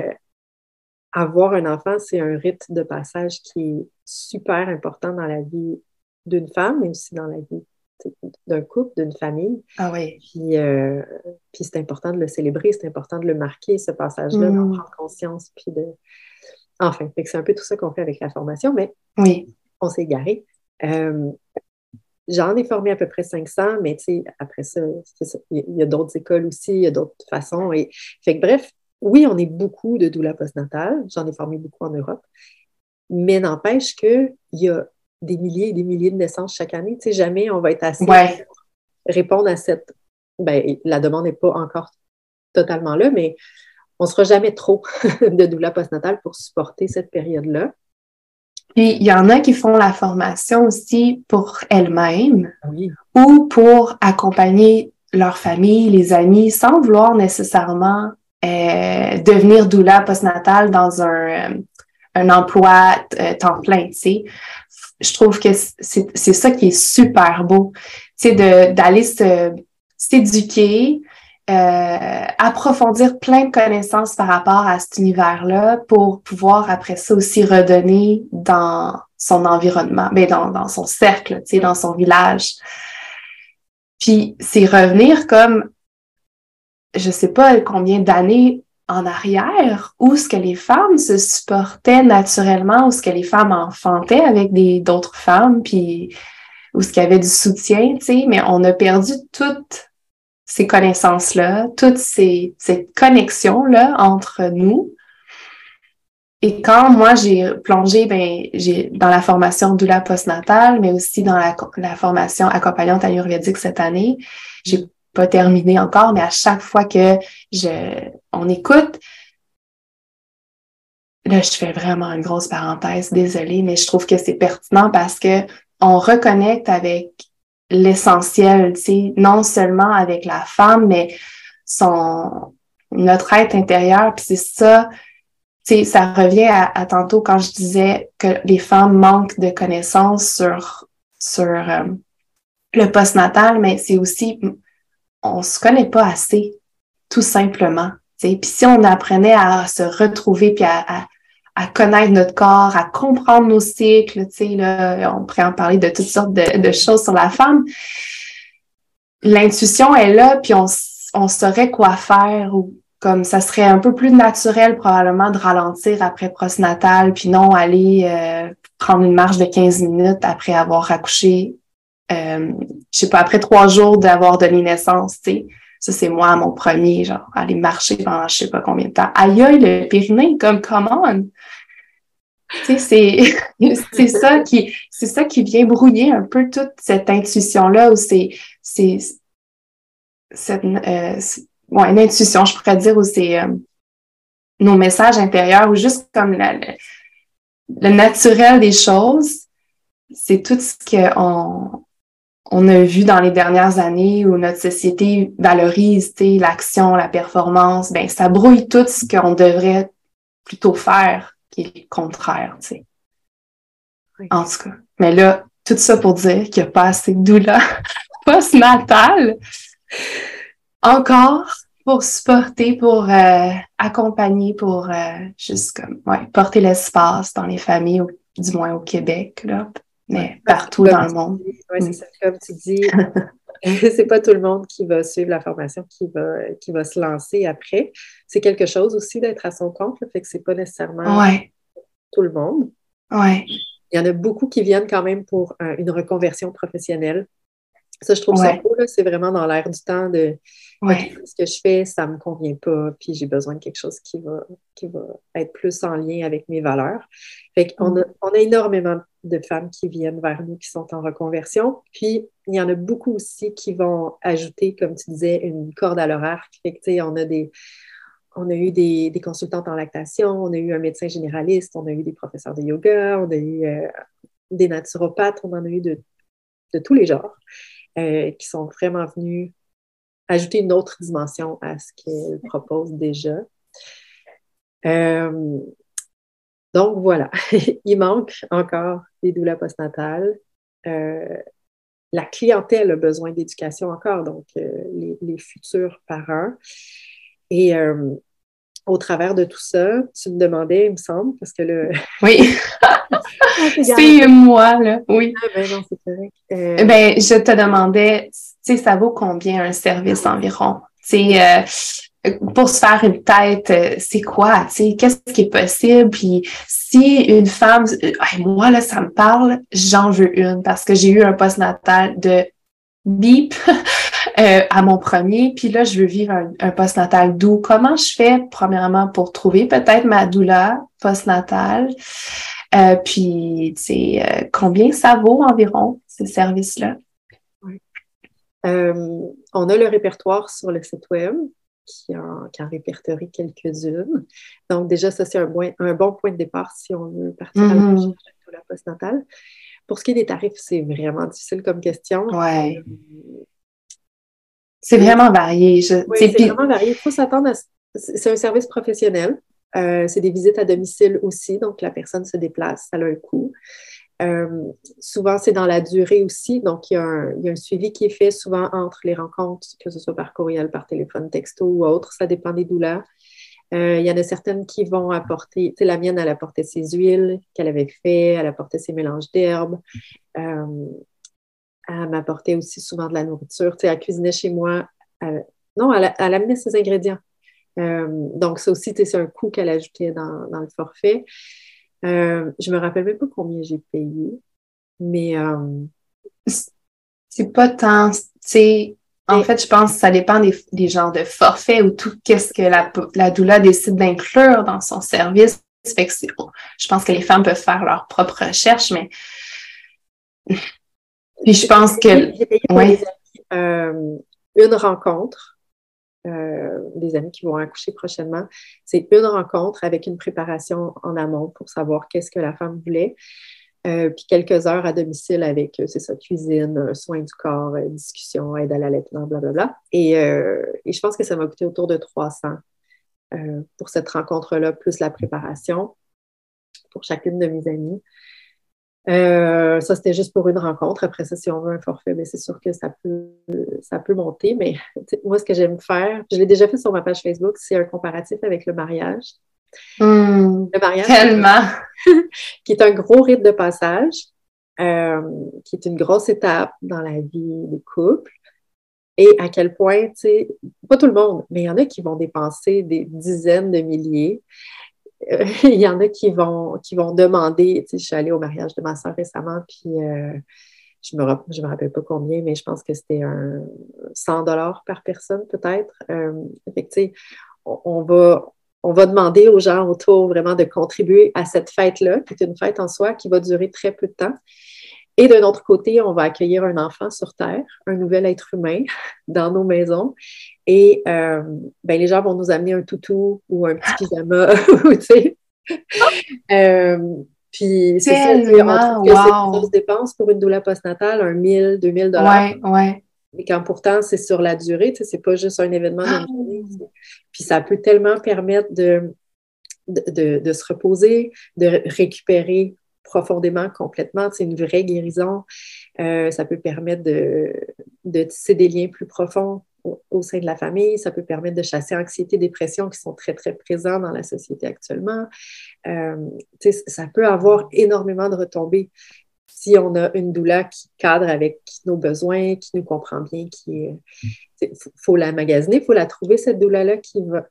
avoir un enfant, c'est un rite de passage qui est super important dans la vie d'une femme, mais aussi dans la vie d'un couple, d'une famille. Ah oui. Puis c'est important de le célébrer, c'est important de le marquer, ce passage-là, d'en Mm. prendre conscience. Puis Enfin, fait que c'est un peu tout ça qu'on fait avec la formation, mais Oui. on s'est égaré. Euh, J'en ai formé à peu près 500, mais tu sais, après ça, c'est ça. Il y a d'autres écoles aussi, il y a d'autres façons. Fait que bref, oui, on est beaucoup de doula postnatale. J'en ai formé beaucoup en Europe. Mais n'empêche qu'il y a des milliers et des milliers de naissances chaque année. Tu sais, jamais on va être assez Ouais. pour répondre à cette... Ben, la demande n'est pas encore totalement là, mais on ne sera jamais trop de doula postnatale pour supporter cette période-là. Puis, il y en a qui font la formation aussi pour elles-mêmes Oui. ou pour accompagner leur famille, les amis, sans vouloir nécessairement devenir doula postnatal dans un emploi temps plein, tu sais. Je trouve que c'est ça qui est super beau, tu sais, d'aller s'éduquer, approfondir plein de connaissances par rapport à cet univers-là pour pouvoir après ça aussi redonner dans son environnement, ben dans son cercle, tu sais, dans son village. Puis c'est revenir comme, je sais pas combien d'années en arrière, où ce que les femmes se supportaient naturellement, où ce que les femmes enfantaient avec d'autres femmes, puis où ce qu'il y avait du soutien, tu sais, mais on a perdu toutes ces connaissances-là, cette connexion-là entre nous. Et quand moi, j'ai plongé dans la formation doula postnatale, mais aussi dans la formation accompagnante ayurvédique cette année, j'ai pas terminé encore, mais à chaque fois que on écoute, là, je fais vraiment une grosse parenthèse, désolée, mais je trouve que c'est pertinent parce que on reconnecte avec l'essentiel, tu sais, non seulement avec la femme, mais notre être intérieur, puis c'est ça, tu sais, ça revient à tantôt quand je disais que les femmes manquent de connaissances sur le postnatal, mais c'est aussi, on se connaît pas assez, tout simplement. Puis si on apprenait à se retrouver puis à connaître notre corps, à comprendre nos cycles, là, on pourrait en parler de toutes sortes de choses sur la femme. L'intuition est là, puis on saurait quoi faire ou comme ça serait un peu plus naturel probablement de ralentir après postnatal, puis non aller prendre une marche de 15 minutes après avoir accouché, je sais pas, après 3 jours d'avoir donné naissance, tu sais. Ça, c'est moi, mon premier, genre, aller marcher pendant je sais pas combien de temps. Aïe, aïe, le périnée, comme, come on! Tu sais, c'est ça qui vient brouiller un peu toute cette intuition-là, où c'est une intuition, je pourrais dire, où c'est nos messages intérieurs, ou juste comme le naturel des choses, c'est tout ce qu'on a vu dans les dernières années où notre société valorise l'action, la performance, ben ça brouille tout ce qu'on devrait plutôt faire, qui est le contraire, tu sais. Oui. En tout cas. Mais là, tout ça pour dire qu'il n'y a pas assez de douleur postnatale encore pour supporter, pour accompagner, pour juste comme porter l'espace dans les familles, du moins au Québec, là, mais partout dans le monde. Oui, c'est ça, comme tu dis. C'est pas tout le monde qui va suivre la formation, qui va se lancer après. C'est quelque chose aussi d'être à son compte, là, fait que c'est pas nécessairement tout le monde. Ouais. Il y en a beaucoup qui viennent quand même pour une reconversion professionnelle. Ça, je trouve ça Ouais. beau, là. C'est vraiment dans l'air du temps de Ouais. OK, ce que je fais, ça me convient pas, puis j'ai besoin de quelque chose qui va être plus en lien avec mes valeurs. Fait qu'on on a énormément de femmes qui viennent vers nous, qui sont en reconversion. Puis, il y en a beaucoup aussi qui vont ajouter, comme tu disais, une corde à leur arc. Fait que, tu sais, on a eu des consultantes en lactation, on a eu un médecin généraliste, on a eu des professeurs de yoga, on a eu des naturopathes, on en a eu de tous les genres qui sont vraiment venus ajouter une autre dimension à ce qu'elle propose déjà. Donc voilà, il manque encore des doulas postnatales. La clientèle a besoin d'éducation encore, donc les futurs parents. Et au travers de tout ça, tu me demandais, il me semble, parce que là... Oui, c'est moi, là, oui. Ah ben non, c'est correct. Ben, je te demandais, tu sais, ça vaut combien un service environ? Tu sais, pour se faire une tête, c'est quoi? Tu sais, qu'est-ce qui est possible? Puis si une femme, moi, là, ça me parle, j'en veux une parce que j'ai eu un postnatal de bip à mon premier, puis là, je veux vivre un postnatal doux. Comment je fais, premièrement, pour trouver peut-être ma doula postnatale? Puis, tu sais, combien ça vaut environ, ces services-là? Oui. On a le répertoire sur le site web qui en répertorie quelques-unes. Donc, déjà, ça, c'est un bon point de départ si on veut partir à la recherche de la postnatale. Pour ce qui est des tarifs, c'est vraiment difficile comme question. Ouais. C'est vraiment varié. Oui, c'est vraiment varié. Il faut s'attendre à... C'est un service professionnel. C'est des visites à domicile aussi, donc la personne se déplace, ça a un coût. Souvent, c'est dans la durée aussi, donc il y a un suivi qui est fait souvent entre les rencontres, que ce soit par courriel, par téléphone, texto ou autre, ça dépend des doulas. Il y en a certaines qui vont apporter, tu sais, la mienne, elle apportait ses huiles qu'elle avait fait, elle apportait ses mélanges d'herbes, elle m'apportait aussi souvent de la nourriture, tu sais, elle cuisinait chez moi, elle amenait ses ingrédients. Donc, ça aussi, c'est un coût qu'elle ajoutait dans le forfait. Je me rappelle même pas combien j'ai payé, mais... c'est pas tant, tu sais, en fait, je pense que ça dépend des genres de forfaits ou tout qu'est-ce que la doula décide d'inclure dans son service. Fait que je pense que les femmes peuvent faire leur propre recherche, mais... Puis je pense que... J'ai payé pour des amis, une rencontre, des amis qui vont accoucher prochainement. C'est une rencontre avec une préparation en amont pour savoir qu'est-ce que la femme voulait. Puis quelques heures à domicile avec, c'est ça, cuisine, soins du corps, discussion, aide à l'allaitement, blablabla. Et je pense que ça m'a coûté autour de 300 pour cette rencontre-là, plus la préparation pour chacune de mes amies. Ça, c'était juste pour une rencontre. Après ça, si on veut un forfait, bien, c'est sûr que ça peut monter. Mais moi, ce que j'aime faire, je l'ai déjà fait sur ma page Facebook, c'est un comparatif avec le mariage. Le mariage, tellement! qui est un gros rite de passage, qui est une grosse étape dans la vie des couples. Et à quel point, tu sais, pas tout le monde, mais il y en a qui vont dépenser des dizaines de milliers. Il y en a qui vont demander, tu sais, je suis allée au mariage de ma soeur récemment, puis je me rappelle pas combien, mais je pense que c'était 100 $ par personne peut-être. Fait que, tu sais, on va demander aux gens autour vraiment de contribuer à cette fête-là, qui est une fête en soi qui va durer très peu de temps. Et d'un autre côté, on va accueillir un enfant sur Terre, un nouvel être humain dans nos maisons. Et les gens vont nous amener un toutou ou un petit pyjama, tu sais. Puis c'est ça, on trouve que c'est une grosse dépense pour une doula postnatale, 1 000, 2 000 $. Ouais. Et quand pourtant, c'est sur la durée, tu sais, c'est pas juste un événement d'une journée. Puis ça peut tellement permettre de se reposer, de récupérer profondément, complètement. C'est une vraie guérison. Ça peut permettre de tisser des liens plus profonds au sein de la famille. Ça peut permettre de chasser anxiété, dépression qui sont très, très présents dans la société actuellement. Ça peut avoir énormément de retombées si on a une doula qui cadre avec nos besoins, qui nous comprend bien, faut la magasiner, il faut la trouver, cette doula-là qui va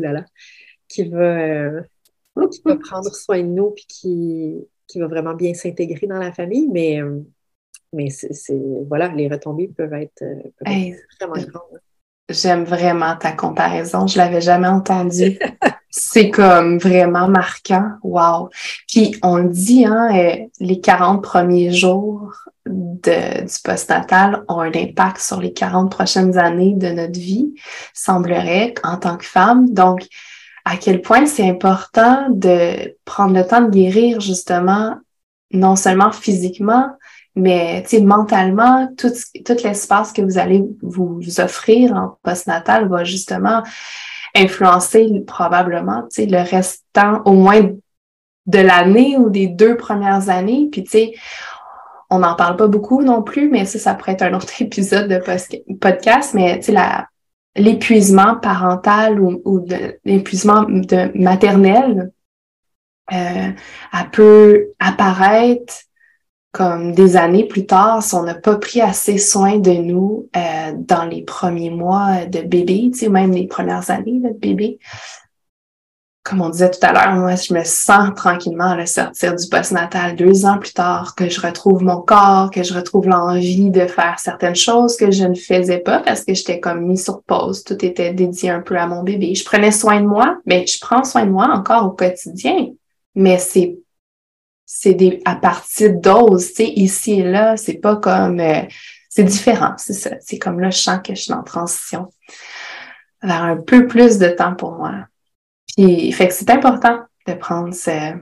prendre soin de nous puis qui va vraiment bien s'intégrer dans la famille, mais voilà, les retombées peuvent être vraiment grandes. J'aime vraiment ta comparaison, je l'avais jamais entendue. C'est comme vraiment marquant. Wow! Puis on le dit, les 40 premiers jours du postnatal ont un impact sur les 40 prochaines années de notre vie, semblerait, en tant que femme. Donc, à quel point c'est important de prendre le temps de guérir, justement, non seulement physiquement, mais mentalement, tout l'espace que vous allez vous offrir en postnatal va justement influencer probablement le restant, au moins de l'année ou des 2 premières années. Puis, tu sais, on n'en parle pas beaucoup non plus, mais ça pourrait être un autre épisode de podcast, mais tu sais, l'épuisement parental ou l'épuisement maternel, elle peut apparaître comme des années plus tard si on n'a pas pris assez soin de nous dans les premiers mois de bébé, tu sais, même les premières années de bébé. Comme on disait tout à l'heure, moi, je me sens tranquillement à sortir du postnatal 2 ans plus tard, que je retrouve mon corps, que je retrouve l'envie de faire certaines choses que je ne faisais pas parce que j'étais comme mise sur pause. Tout était dédié un peu à mon bébé. Je prenais soin de moi, mais je prends soin de moi encore au quotidien. Mais c'est à partir de doses, tu sais, ici et là, c'est pas comme... c'est différent, c'est ça. C'est comme là, je sens que je suis en transition vers un peu plus de temps pour moi. Puis, fait que c'est important de prendre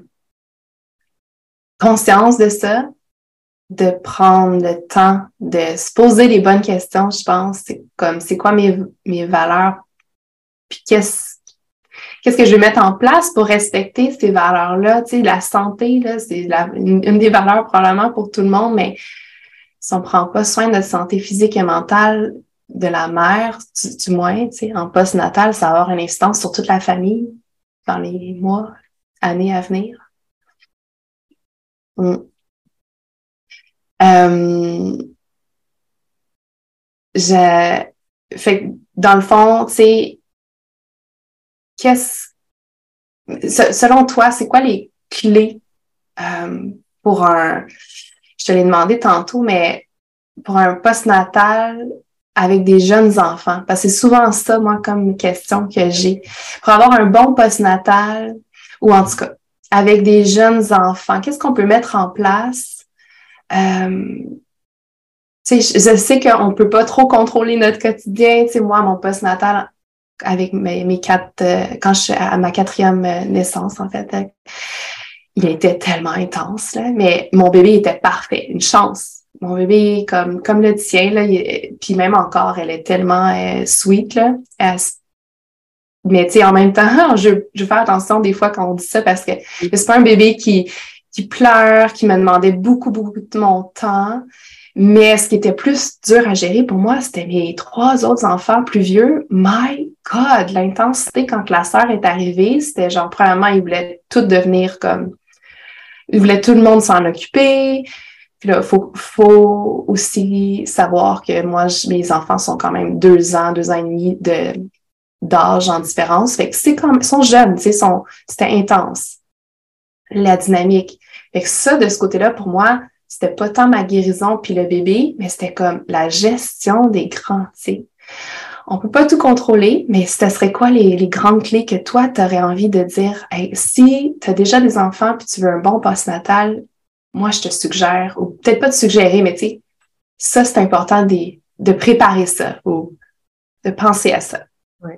conscience de ça, de prendre le temps de se poser les bonnes questions, je pense. C'est comme, c'est quoi mes valeurs? Puis qu'est-ce que je vais mettre en place pour respecter ces valeurs-là? Tu sais, la santé, là, c'est une des valeurs probablement pour tout le monde, mais si on ne prend pas soin de notre santé physique et mentale de la mère, du moins, tu sais, en postnatal, ça va avoir une incidence sur toute la famille dans les mois, années à venir. Mm. Fait que dans le fond, tu sais, selon toi, c'est quoi les clés pour je te l'ai demandé tantôt, mais pour un postnatal avec des jeunes enfants? Parce que c'est souvent ça, moi, comme question que j'ai. Pour avoir un bon postnatal, ou en tout cas, avec des jeunes enfants, qu'est-ce qu'on peut mettre en place? Tu sais, je sais qu'on ne peut pas trop contrôler notre quotidien. Tu sais, moi, mon postnatal, avec mes 4, quand je suis à ma 4e naissance, en fait, il était tellement intense, là, mais mon bébé était parfait, une chance. Mon bébé, comme le tien, là, puis même encore, elle est tellement sweet, là. Mais tu sais, en même temps, je fais attention des fois quand on dit ça parce que c'est pas un bébé qui pleure, qui me demandait beaucoup, beaucoup de mon temps. Mais ce qui était plus dur à gérer pour moi, c'était mes 3 autres enfants plus vieux. My God, l'intensité quand la sœur est arrivée, c'était genre, premièrement, ils voulaient tout devenir comme... Ils voulaient tout le monde s'en occuper. Puis là, faut aussi savoir que moi, mes enfants sont quand même 2 ans, 2 ans et demi d'âge en différence. Fait que ils sont jeunes, tu sais, c'était intense, la dynamique. Fait que ça, de ce côté-là, pour moi, c'était pas tant ma guérison puis le bébé, mais c'était comme la gestion des grands, tu sais. On peut pas tout contrôler, mais ce serait quoi les grandes clés que toi, tu aurais envie de dire, hey, si tu as déjà des enfants puis tu veux un bon postnatal, moi, je te suggère, ou peut-être pas te suggérer, mais tu sais, ça, c'est important de préparer ça ou de penser à ça. Ouais.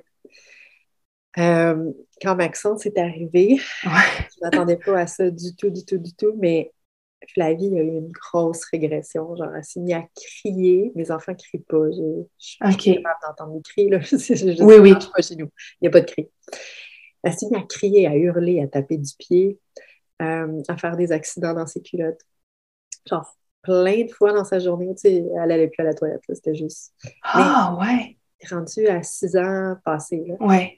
Quand Maxence est arrivé, je ne m'attendais pas à ça du tout, mais Flavie a eu une grosse régression. Genre, elle s'est mise à crier. Mes enfants ne crient pas. Je suis pas capable d'entendre des cris. Là. Oui. Ça marche pas chez nous. Il n'y a pas de cris. Elle s'est mise à crier, à hurler, à taper du pied, à faire des accidents dans ses culottes. Genre, plein de fois dans sa journée. Tu sais, elle n'allait plus à la toilette. Là, c'était juste... Ah, ouais. Rendu à 6 ans passés. Là. Ouais.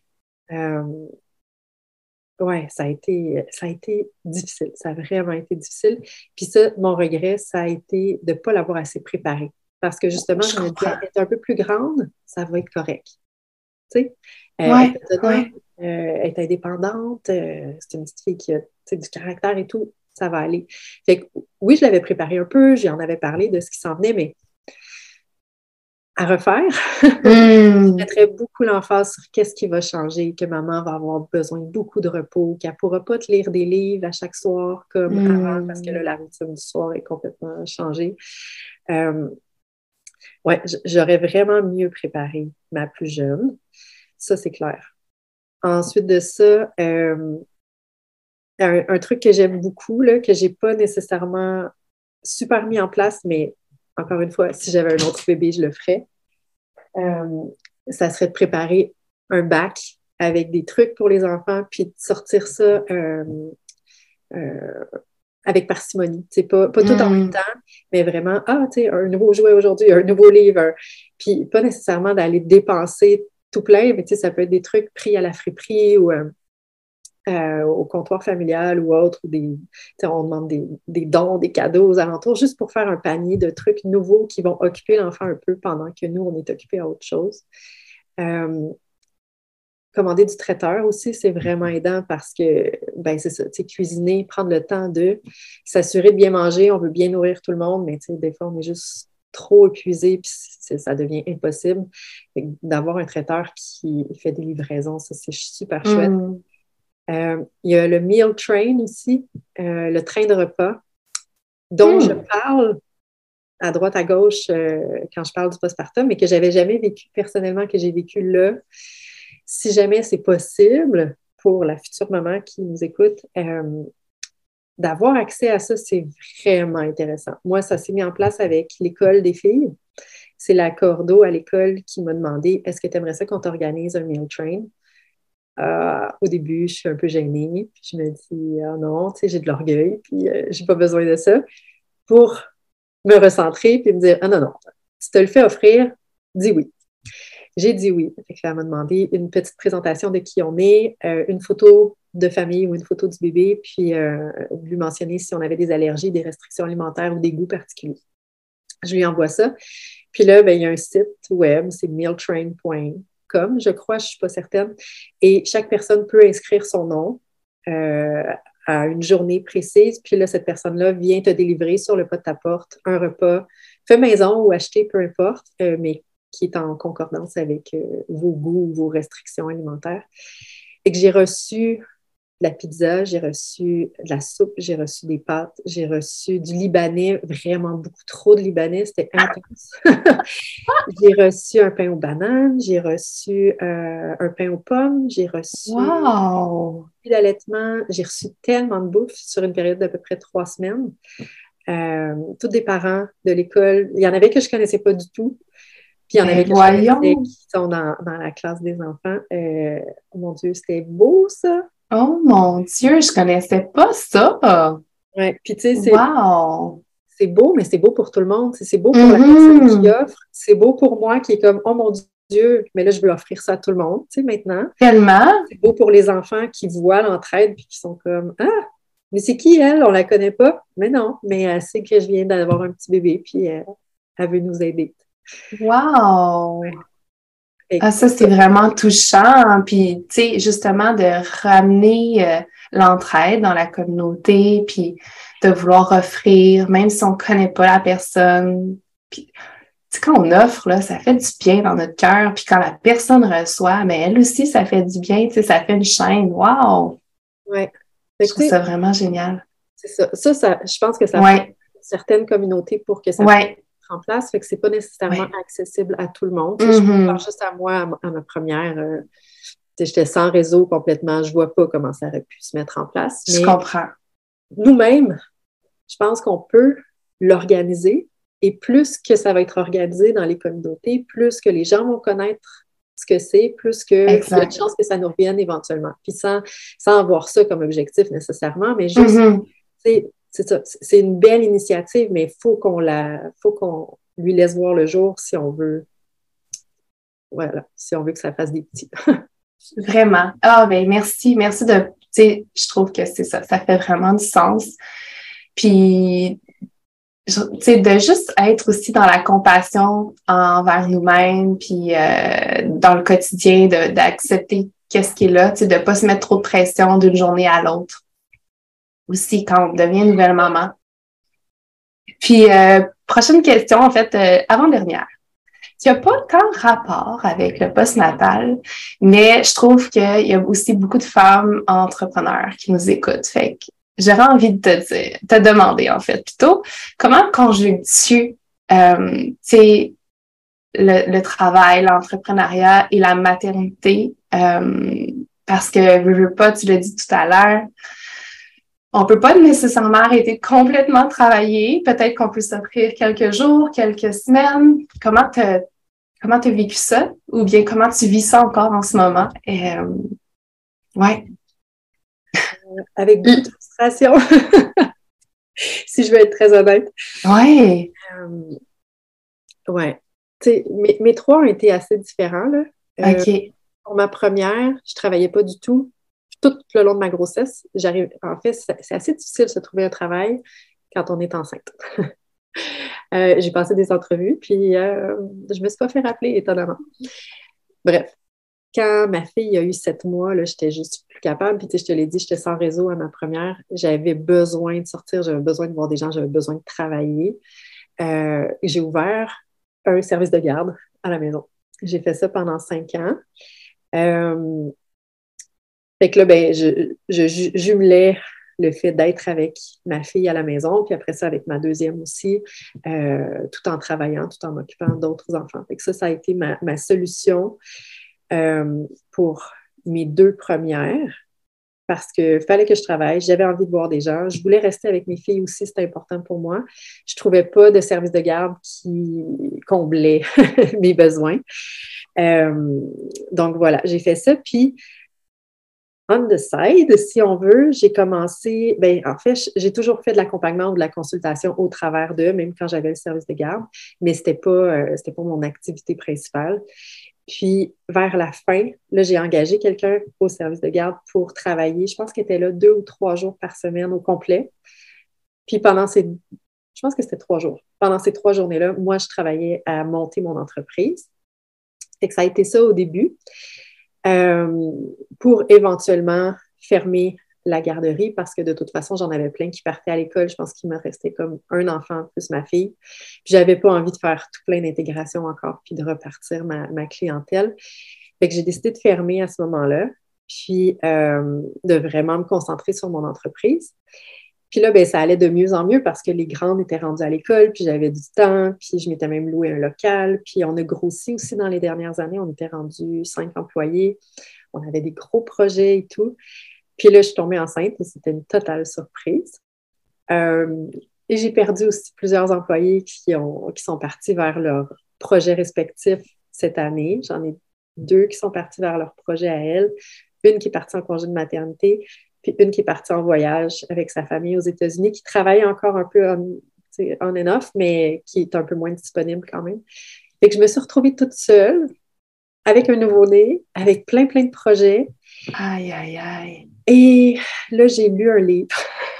Ouais, ça a été difficile. Ça a vraiment été difficile. Puis ça, mon regret, ça a été de ne pas l'avoir assez préparée. Parce que justement, je me disais, elle est un peu plus grande, ça va être correct. Tu sais, elle est autonome, elle est indépendante, c'est une petite fille qui a du caractère et tout, ça va aller. Fait que oui, je l'avais préparée un peu, j'en avais parlé de ce qui s'en venait, mais à refaire. Je mettrais beaucoup l'emphase sur qu'est-ce qui va changer, que maman va avoir besoin de beaucoup de repos, qu'elle ne pourra pas te lire des livres à chaque soir comme avant, parce que là, la routine du soir est complètement changée. Ouais, j'aurais vraiment mieux préparé ma plus jeune. Ça, c'est clair. Ensuite de ça, un truc que j'aime beaucoup, là, que j'ai pas nécessairement super mis en place, mais encore une fois, si j'avais un autre bébé, je le ferais. Euh, Ça serait de préparer un bac avec des trucs pour les enfants, puis de sortir ça euh, avec parcimonie. C'est pas tout en même temps, mais vraiment, tu sais, un nouveau jouet aujourd'hui, un nouveau livre. Puis pas nécessairement d'aller dépenser tout plein, mais tu sais, ça peut être des trucs pris à la friperie ou au comptoir familial ou autre, ou on demande des dons, des cadeaux aux alentours, juste pour faire un panier de trucs nouveaux qui vont occuper l'enfant un peu pendant que nous, on est occupés à autre chose. Commander du traiteur aussi, c'est vraiment aidant parce que, ben c'est ça, tu sais, cuisiner, prendre le temps de s'assurer de bien manger, on veut bien nourrir tout le monde, mais tu sais, des fois, on est juste trop épuisé, puis ça devient impossible. D'avoir un traiteur qui fait des livraisons, ça, c'est super chouette. Il y a le meal train aussi, le train de repas, dont je parle à droite, à gauche quand je parle du postpartum, mais que j'avais jamais vécu personnellement, que j'ai vécu là. Si jamais c'est possible pour la future maman qui nous écoute, d'avoir accès à ça, c'est vraiment intéressant. Moi, ça s'est mis en place avec l'école des filles. C'est la cordo à l'école qui m'a demandé, est-ce que tu aimerais ça qu'on t'organise un meal train? Au début, je suis un peu gênée, puis je me dis, ah non, tu sais, j'ai de l'orgueil, puis j'ai pas besoin de ça, pour me recentrer, puis me dire, ah non, non, si tu te le fais offrir, dis oui. J'ai dit oui. Elle m'a demandé une petite présentation de qui on est, une photo de famille ou une photo du bébé, puis lui mentionner si on avait des allergies, des restrictions alimentaires ou des goûts particuliers. Je lui envoie ça. Puis là, ben, il y a un site web, c'est mealtrain.com, je crois, je ne suis pas certaine. Et chaque personne peut inscrire son nom à une journée précise. Puis là, cette personne-là vient te délivrer sur le pas de ta porte un repas fait maison ou acheté, peu importe, mais qui est en concordance avec vos goûts ou vos restrictions alimentaires. Et que j'ai reçu de la pizza, j'ai reçu de la soupe, j'ai reçu des pâtes, j'ai reçu du libanais, vraiment beaucoup trop de libanais, c'était intense. J'ai reçu un pain aux bananes, j'ai reçu un pain aux pommes, j'ai reçu l'allaitement, j'ai reçu tellement de bouffe sur une période d'à peu près 3 semaines. Tous des parents de l'école, il y en avait que je ne connaissais pas du tout. Puis il y en avait que je connaissais qui sont dans la classe des enfants. Oh mon Dieu, c'était beau ça! Oh mon Dieu, je connaissais pas ça! Ouais, puis tu sais, c'est beau, mais c'est beau pour tout le monde. C'est beau pour la personne qui offre. C'est beau pour moi qui est comme, oh mon Dieu, mais là, je veux offrir ça à tout le monde, tu sais, maintenant. Tellement! C'est beau pour les enfants qui voient l'entraide puis qui sont comme, ah, mais c'est qui elle? On la connaît pas. Mais non, mais elle sait que je viens d'avoir un petit bébé puis elle veut nous aider. Wow! Ah, ça, c'est vraiment touchant. Puis, tu sais, justement, de ramener l'entraide dans la communauté, puis de vouloir offrir, même si on ne connaît pas la personne. Puis, tu sais, quand on offre, là, ça fait du bien dans notre cœur. Puis quand la personne reçoit, mais elle aussi, ça fait du bien. Tu sais, ça fait une chaîne. Wow! Ouais. Je trouve ça vraiment génial. C'est ça. Ça, je pense que ça fait certaines communautés pour que ça puisse en place, fait que c'est pas nécessairement accessible à tout le monde. Je pense juste à moi, à ma première, j'étais sans réseau complètement, je vois pas comment ça aurait pu se mettre en place. Je comprends. Nous-mêmes, je pense qu'on peut l'organiser et plus que ça va être organisé dans les communautés, plus que les gens vont connaître ce que c'est, plus qu'il y a une chance que ça nous revienne éventuellement. Puis sans avoir ça comme objectif nécessairement, mais juste, c'est ça, c'est une belle initiative, mais il faut qu'on lui laisse voir le jour si on veut, si on veut que ça fasse des petits. Vraiment. Ah, ben merci de, tu sais, je trouve que c'est ça fait vraiment du sens. Puis, tu sais, de juste être aussi dans la compassion envers nous-mêmes, puis dans le quotidien, d'accepter qu'est-ce qui est là, tu sais, de pas se mettre trop de pression d'une journée à l'autre. Aussi quand on devient nouvelle maman. Puis, prochaine question, en fait, avant-dernière. Il n'y a pas tant rapport avec le postnatal, mais je trouve qu'il y a aussi beaucoup de femmes entrepreneurs qui nous écoutent. Fait que j'aurais envie de te demander, en fait, plutôt, comment conjugues-tu, le travail, l'entrepreneuriat et la maternité Parce que, veux pas, tu l'as dit tout à l'heure, on peut pas nécessairement arrêter complètement de travailler. Peut-être qu'on peut s'offrir quelques jours, quelques semaines. Comment t'as vécu ça? Ou bien comment tu vis ça encore en ce moment? Ouais. Avec beaucoup de frustration, si je veux être très honnête. Ouais. Ouais. Tu sais, mes trois ont été assez différents, là. OK. Pour ma première, je travaillais pas du tout le long de ma grossesse. En fait, c'est assez difficile de se trouver un travail quand on est enceinte. J'ai passé des entrevues, puis je me suis pas fait rappeler, étonnamment. Bref, quand ma fille a eu 7 mois, là, j'étais juste plus capable. Puis, tu sais, je te l'ai dit, j'étais sans réseau à ma première. J'avais besoin de sortir, j'avais besoin de voir des gens, j'avais besoin de travailler. J'ai ouvert un service de garde à la maison. J'ai fait ça pendant 5 ans. Fait que là, ben, je jumelais le fait d'être avec ma fille à la maison, puis après ça, avec ma deuxième aussi, tout en travaillant, tout en m'occupant d'autres enfants. Fait que ça a été ma solution pour mes 2 premières, parce qu'il fallait que je travaille, j'avais envie de voir des gens, je voulais rester avec mes filles aussi, c'était important pour moi. Je ne trouvais pas de service de garde qui comblait mes besoins. Donc voilà, j'ai fait ça, puis on the side, si on veut, j'ai commencé, ben, en fait, j'ai toujours fait de l'accompagnement ou de la consultation au travers d'eux, même quand j'avais le service de garde, mais c'était pas mon activité principale. Puis, vers la fin, là, j'ai engagé quelqu'un au service de garde pour travailler. Je pense qu'elle était là 2 ou 3 jours par semaine au complet. Puis, je pense que c'était 3 jours. Pendant ces 3 journées-là, moi, je travaillais à monter mon entreprise. Fait que ça a été ça au début. Pour éventuellement fermer la garderie parce que de toute façon, j'en avais plein qui partaient à l'école. Je pense qu'il me restait comme un enfant plus ma fille. Puis j'avais pas envie de faire tout plein d'intégration encore puis de repartir ma clientèle. Fait que j'ai décidé de fermer à ce moment-là puis de vraiment me concentrer sur mon entreprise. Puis là, ben, ça allait de mieux en mieux parce que les grandes étaient rendues à l'école, puis j'avais du temps, puis je m'étais même loué un local, puis on a grossi aussi dans les dernières années. On était rendu 5 employés, on avait des gros projets et tout. Puis là, je suis tombée enceinte et c'était une totale surprise. Et j'ai perdu aussi plusieurs employés qui sont partis vers leurs projets respectifs cette année. J'en ai 2 qui sont partis vers leur projet à elles, une qui est partie en congé de maternité, puis une qui est partie en voyage avec sa famille aux États-Unis, qui travaille encore un peu on and off, mais qui est un peu moins disponible quand même. Fait que je me suis retrouvée toute seule, avec un nouveau-né, avec plein de projets. Aïe, aïe, aïe. Et là, j'ai lu un livre.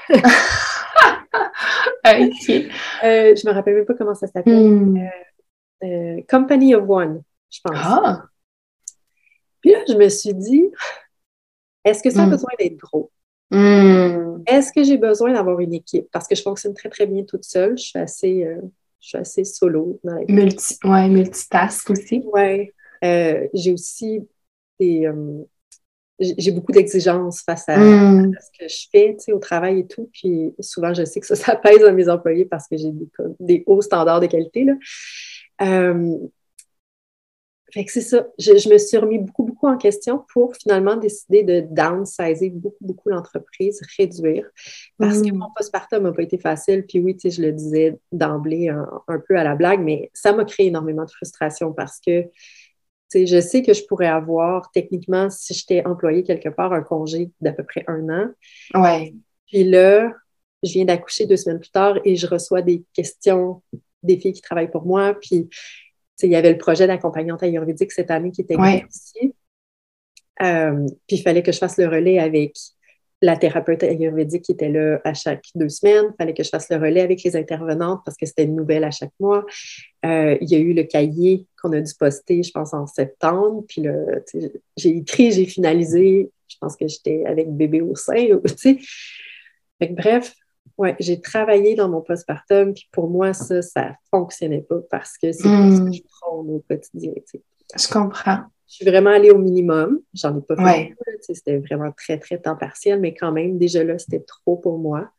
OK. Je me rappelle même pas comment ça s'appelle. Company of One, je pense. Ah! Puis là, je me suis dit, est-ce que ça a besoin d'être gros? Est-ce que j'ai besoin d'avoir une équipe? Parce que je fonctionne très bien toute seule. Je suis assez solo dans la vie. Multitask aussi. Oui. J'ai aussi j'ai beaucoup d'exigences face à ce que je fais, tu sais, au travail et tout. Puis souvent, je sais que ça pèse à mes employés parce que j'ai des hauts standards de qualité, là. Fait que c'est ça. Je me suis remis beaucoup en question pour finalement décider de downsizer beaucoup l'entreprise, réduire. Parce que mon postpartum n'a pas été facile. Puis oui, tu sais, je le disais d'emblée un peu à la blague, mais ça m'a créé énormément de frustration parce que je sais que je pourrais avoir, techniquement, si j'étais employée quelque part, un congé d'à peu près 1 an. Ouais. Puis là, je viens d'accoucher 2 semaines plus tard et je reçois des questions des filles qui travaillent pour moi. Puis, il y avait le projet d'accompagnante ayurvédique cette année qui était gros aussi. Puis, il fallait que je fasse le relais avec la thérapeute ayurvédique qui était là à chaque 2 semaines. Il fallait que je fasse le relais avec les intervenantes parce que c'était une nouvelle à chaque mois. Il y a eu le cahier qu'on a dû poster, je pense, en septembre. Puis là, j'ai écrit, j'ai finalisé. Je pense que j'étais avec bébé au sein. Fait que, bref, ouais, j'ai travaillé dans mon postpartum. Puis pour moi, ça ne fonctionnait pas parce que c'est pas ce que je prône au quotidien. Je comprends. Je suis vraiment allée au minimum. J'en ai pas fait beaucoup. C'était vraiment très temps partiel, mais quand même, déjà là, c'était trop pour moi.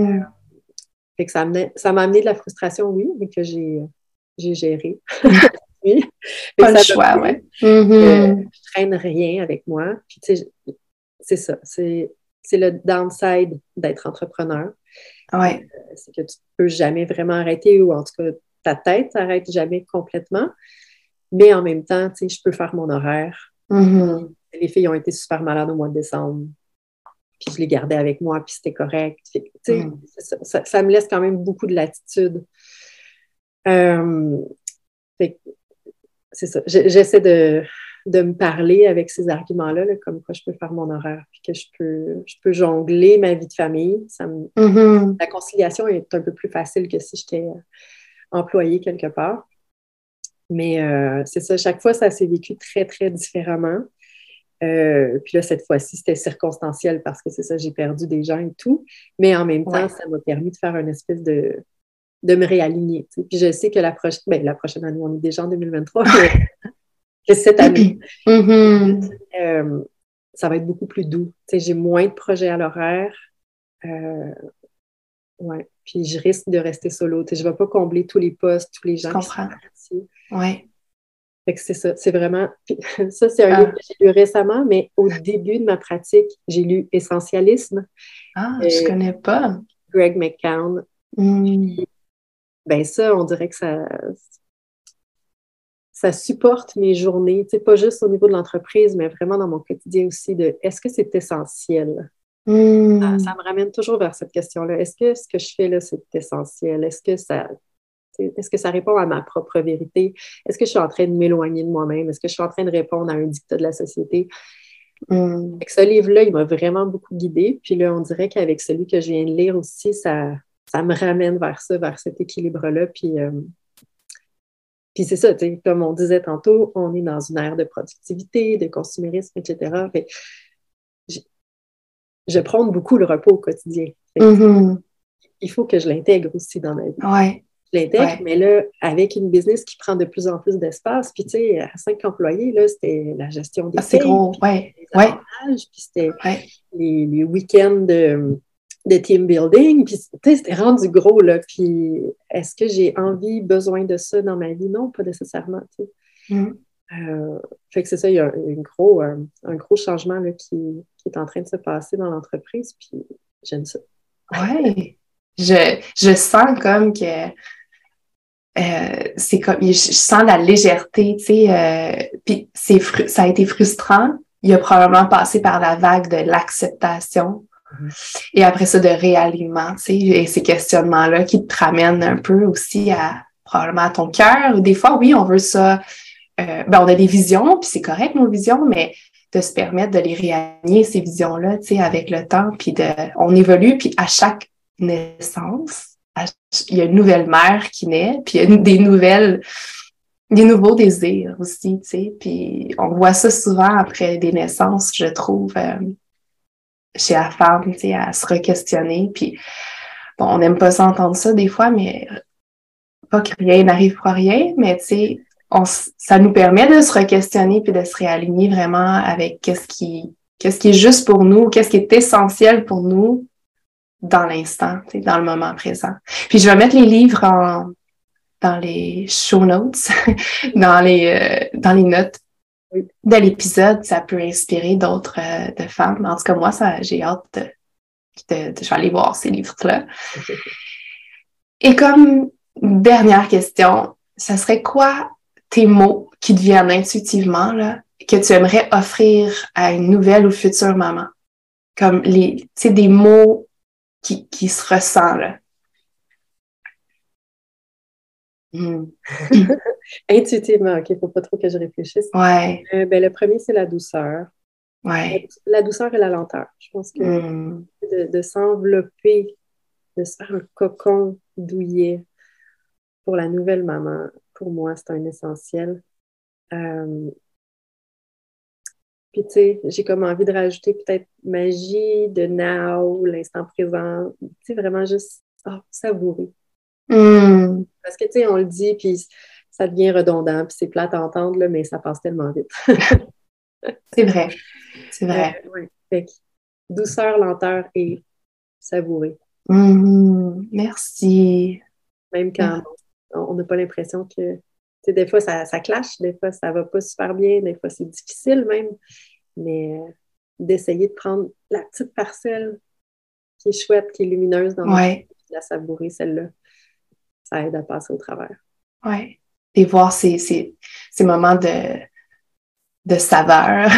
Fait que ça m'a amené de la frustration, oui, mais que j'ai géré. nuit. Pas le choix, ouais. Je traîne rien avec moi. Puis, tu sais, c'est ça. C'est le downside d'être entrepreneur. Ouais. C'est que tu peux jamais vraiment arrêter, ou en tout cas, ta tête s'arrête jamais complètement. Mais en même temps, tu sais, je peux faire mon horaire. Les filles ont été super malades au mois de décembre. Puis je les gardais avec moi, puis c'était correct. Tu sais, ça me laisse quand même beaucoup de latitude. C'est ça. J'essaie de me parler avec ces arguments-là, là, comme quoi je peux faire mon horaire, puis que je peux jongler ma vie de famille. La conciliation est un peu plus facile que si j'étais employée quelque part. Mais c'est ça, chaque fois, ça s'est vécu très, très différemment. Puis là, cette fois-ci, c'était circonstanciel parce que c'est ça, j'ai perdu des gens et tout. Mais en même temps, ça m'a permis de faire une espèce de me réaligner. Tu sais. Puis je sais que la prochaine année, on est déjà en 2023, mais cette année, ça va être beaucoup plus doux. Tu sais, j'ai moins de projets à l'horaire. Ouais. Puis je risque de rester solo. Tu sais, je ne vais pas combler tous les postes, tous les gens qui sont partis. Ouais. Fait que c'est ça. C'est vraiment... Ça, c'est un livre que j'ai lu récemment, mais au début de ma pratique, j'ai lu Essentialisme. Je connais pas. Greg McKeown. Ben ça, on dirait que ça supporte mes journées, tu sais, pas juste au niveau de l'entreprise, mais vraiment dans mon quotidien aussi, de est-ce que c'est essentiel? Ça me ramène toujours vers cette question-là. Est-ce que ce que je fais là, c'est essentiel? Est-ce que ça répond à ma propre vérité? Est-ce que je suis en train de m'éloigner de moi-même? Est-ce que je suis en train de répondre à un dictat de la société? Fait que ce livre-là, il m'a vraiment beaucoup guidée. Puis là, on dirait qu'avec celui que je viens de lire aussi, ça me ramène vers ça, vers cet équilibre-là. Puis c'est ça, comme on disait tantôt, on est dans une ère de productivité, de consumérisme, etc. Fait que je prône beaucoup le repos au quotidien. Il faut que je l'intègre aussi dans ma vie. Ouais. Je l'intègre, mais là, avec une business qui prend de plus en plus d'espace, puis tu sais, à 5 employés, là, c'était la gestion des c'est gros, les avantages, puis c'était les week-ends de team building, puis tu sais, c'était rendu gros, là, puis est-ce que j'ai besoin de ça dans ma vie? Non, pas nécessairement, tu sais. Fait que c'est ça, il y a un gros changement là, qui est en train de se passer dans l'entreprise, puis j'aime ça. Oui, je sens comme que c'est comme, je sens la légèreté, tu sais, puis ça a été frustrant. Il a probablement passé par la vague de l'acceptation et après ça, de réalignement, tu sais, et ces questionnements-là qui te ramènent un peu aussi probablement à ton cœur. Des fois, oui, on veut ça, on a des visions, puis c'est correct, nos visions, mais de se permettre de les réaligner, ces visions-là, tu sais, avec le temps, puis on évolue, puis à chaque naissance, il y a une nouvelle mère qui naît, puis il y a des nouveaux désirs aussi, tu sais, puis on voit ça souvent après des naissances, je trouve, chez la femme, tu sais, à se re-questionner, puis bon, on n'aime pas s'entendre ça des fois, mais pas que rien n'arrive pour rien, mais tu sais, ça nous permet de se re-questionner puis de se réaligner vraiment avec qu'est-ce qui est juste pour nous, qu'est-ce qui est essentiel pour nous dans l'instant, dans le moment présent. Puis je vais mettre les livres dans les show notes, dans les notes de l'épisode. Ça peut inspirer d'autres de femmes. En tout cas, moi, j'ai hâte je vais aller voir ces livres-là. Et comme dernière question, ça serait quoi tes mots qui te viennent intuitivement, là, que tu aimerais offrir à une nouvelle ou future maman? Comme des mots qui se ressentent, là. Intuitivement, OK, il ne faut pas trop que je réfléchisse. Ouais. Le premier, c'est la douceur. Ouais. La douceur et la lenteur. Je pense que de s'envelopper, de se faire un cocon douillet pour la nouvelle maman, pour moi, c'est un essentiel. Puis, tu sais, j'ai comme envie de rajouter peut-être magie de now, l'instant présent. Tu sais, vraiment juste savourer. Parce que, tu sais, on le dit, puis ça devient redondant, puis c'est plate à entendre, là, mais ça passe tellement vite. C'est vrai. C'est vrai. Ouais. Fait que douceur, lenteur et savourer. Merci. Même quand on n'a pas l'impression que sais, des fois, ça clash, des fois, ça va pas super bien, des fois, c'est difficile même. Mais d'essayer de prendre la petite parcelle qui est chouette, qui est lumineuse dans notre vie, de la savourer, celle-là, ça aide à passer au travers. Oui. Et voir ces moments de saveur,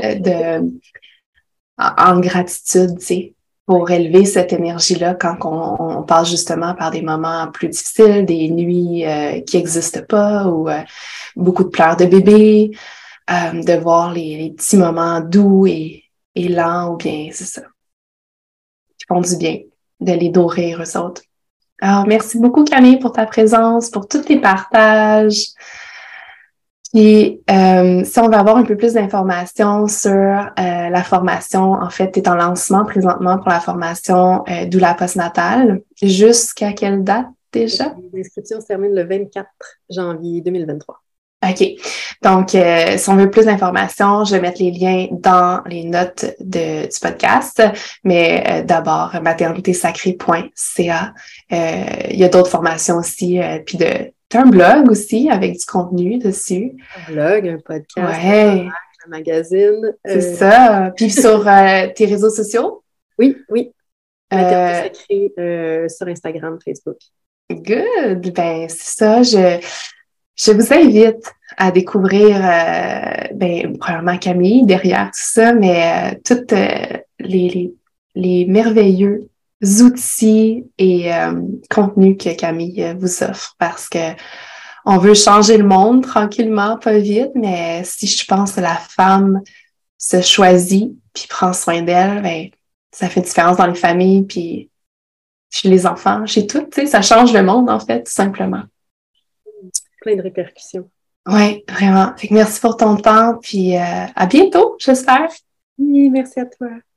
en gratitude, tu sais, pour élever cette énergie-là quand on passe justement par des moments plus difficiles, des nuits qui n'existent pas ou beaucoup de pleurs de bébé, de voir les petits moments doux et lents ou bien, c'est ça, qui font du bien, de les nourrir eux autres. Alors, merci beaucoup Camille pour ta présence, pour tous tes partages. Puis, si on veut avoir un peu plus d'informations sur la formation, en fait, tu es en lancement présentement pour la formation doula postnatale. Jusqu'à quelle date déjà? L'inscription se termine le 24 janvier 2023. OK. Donc, si on veut plus d'informations, je vais mettre les liens dans les notes du podcast. Mais d'abord, maternitésacrée.ca. Il y a d'autres formations aussi. Puis t'as un blog aussi avec du contenu dessus. Un blog, un podcast, un magazine. C'est ça. Puis sur tes réseaux sociaux? Oui. Maternité Sacrée sur Instagram, Facebook. Good. Ben, c'est ça. Je vous invite à découvrir, premièrement Camille derrière tout ça, mais toutes les merveilleux outils et contenus que Camille vous offre parce que on veut changer le monde tranquillement, pas vite, mais si je pense que la femme se choisit puis prend soin d'elle, ben ça fait une différence dans les familles puis chez les enfants, chez tout, tu sais, ça change le monde en fait, tout simplement. Plein de répercussions. Oui, vraiment. Fait que merci pour ton temps, puis à bientôt, j'espère. Oui, merci à toi.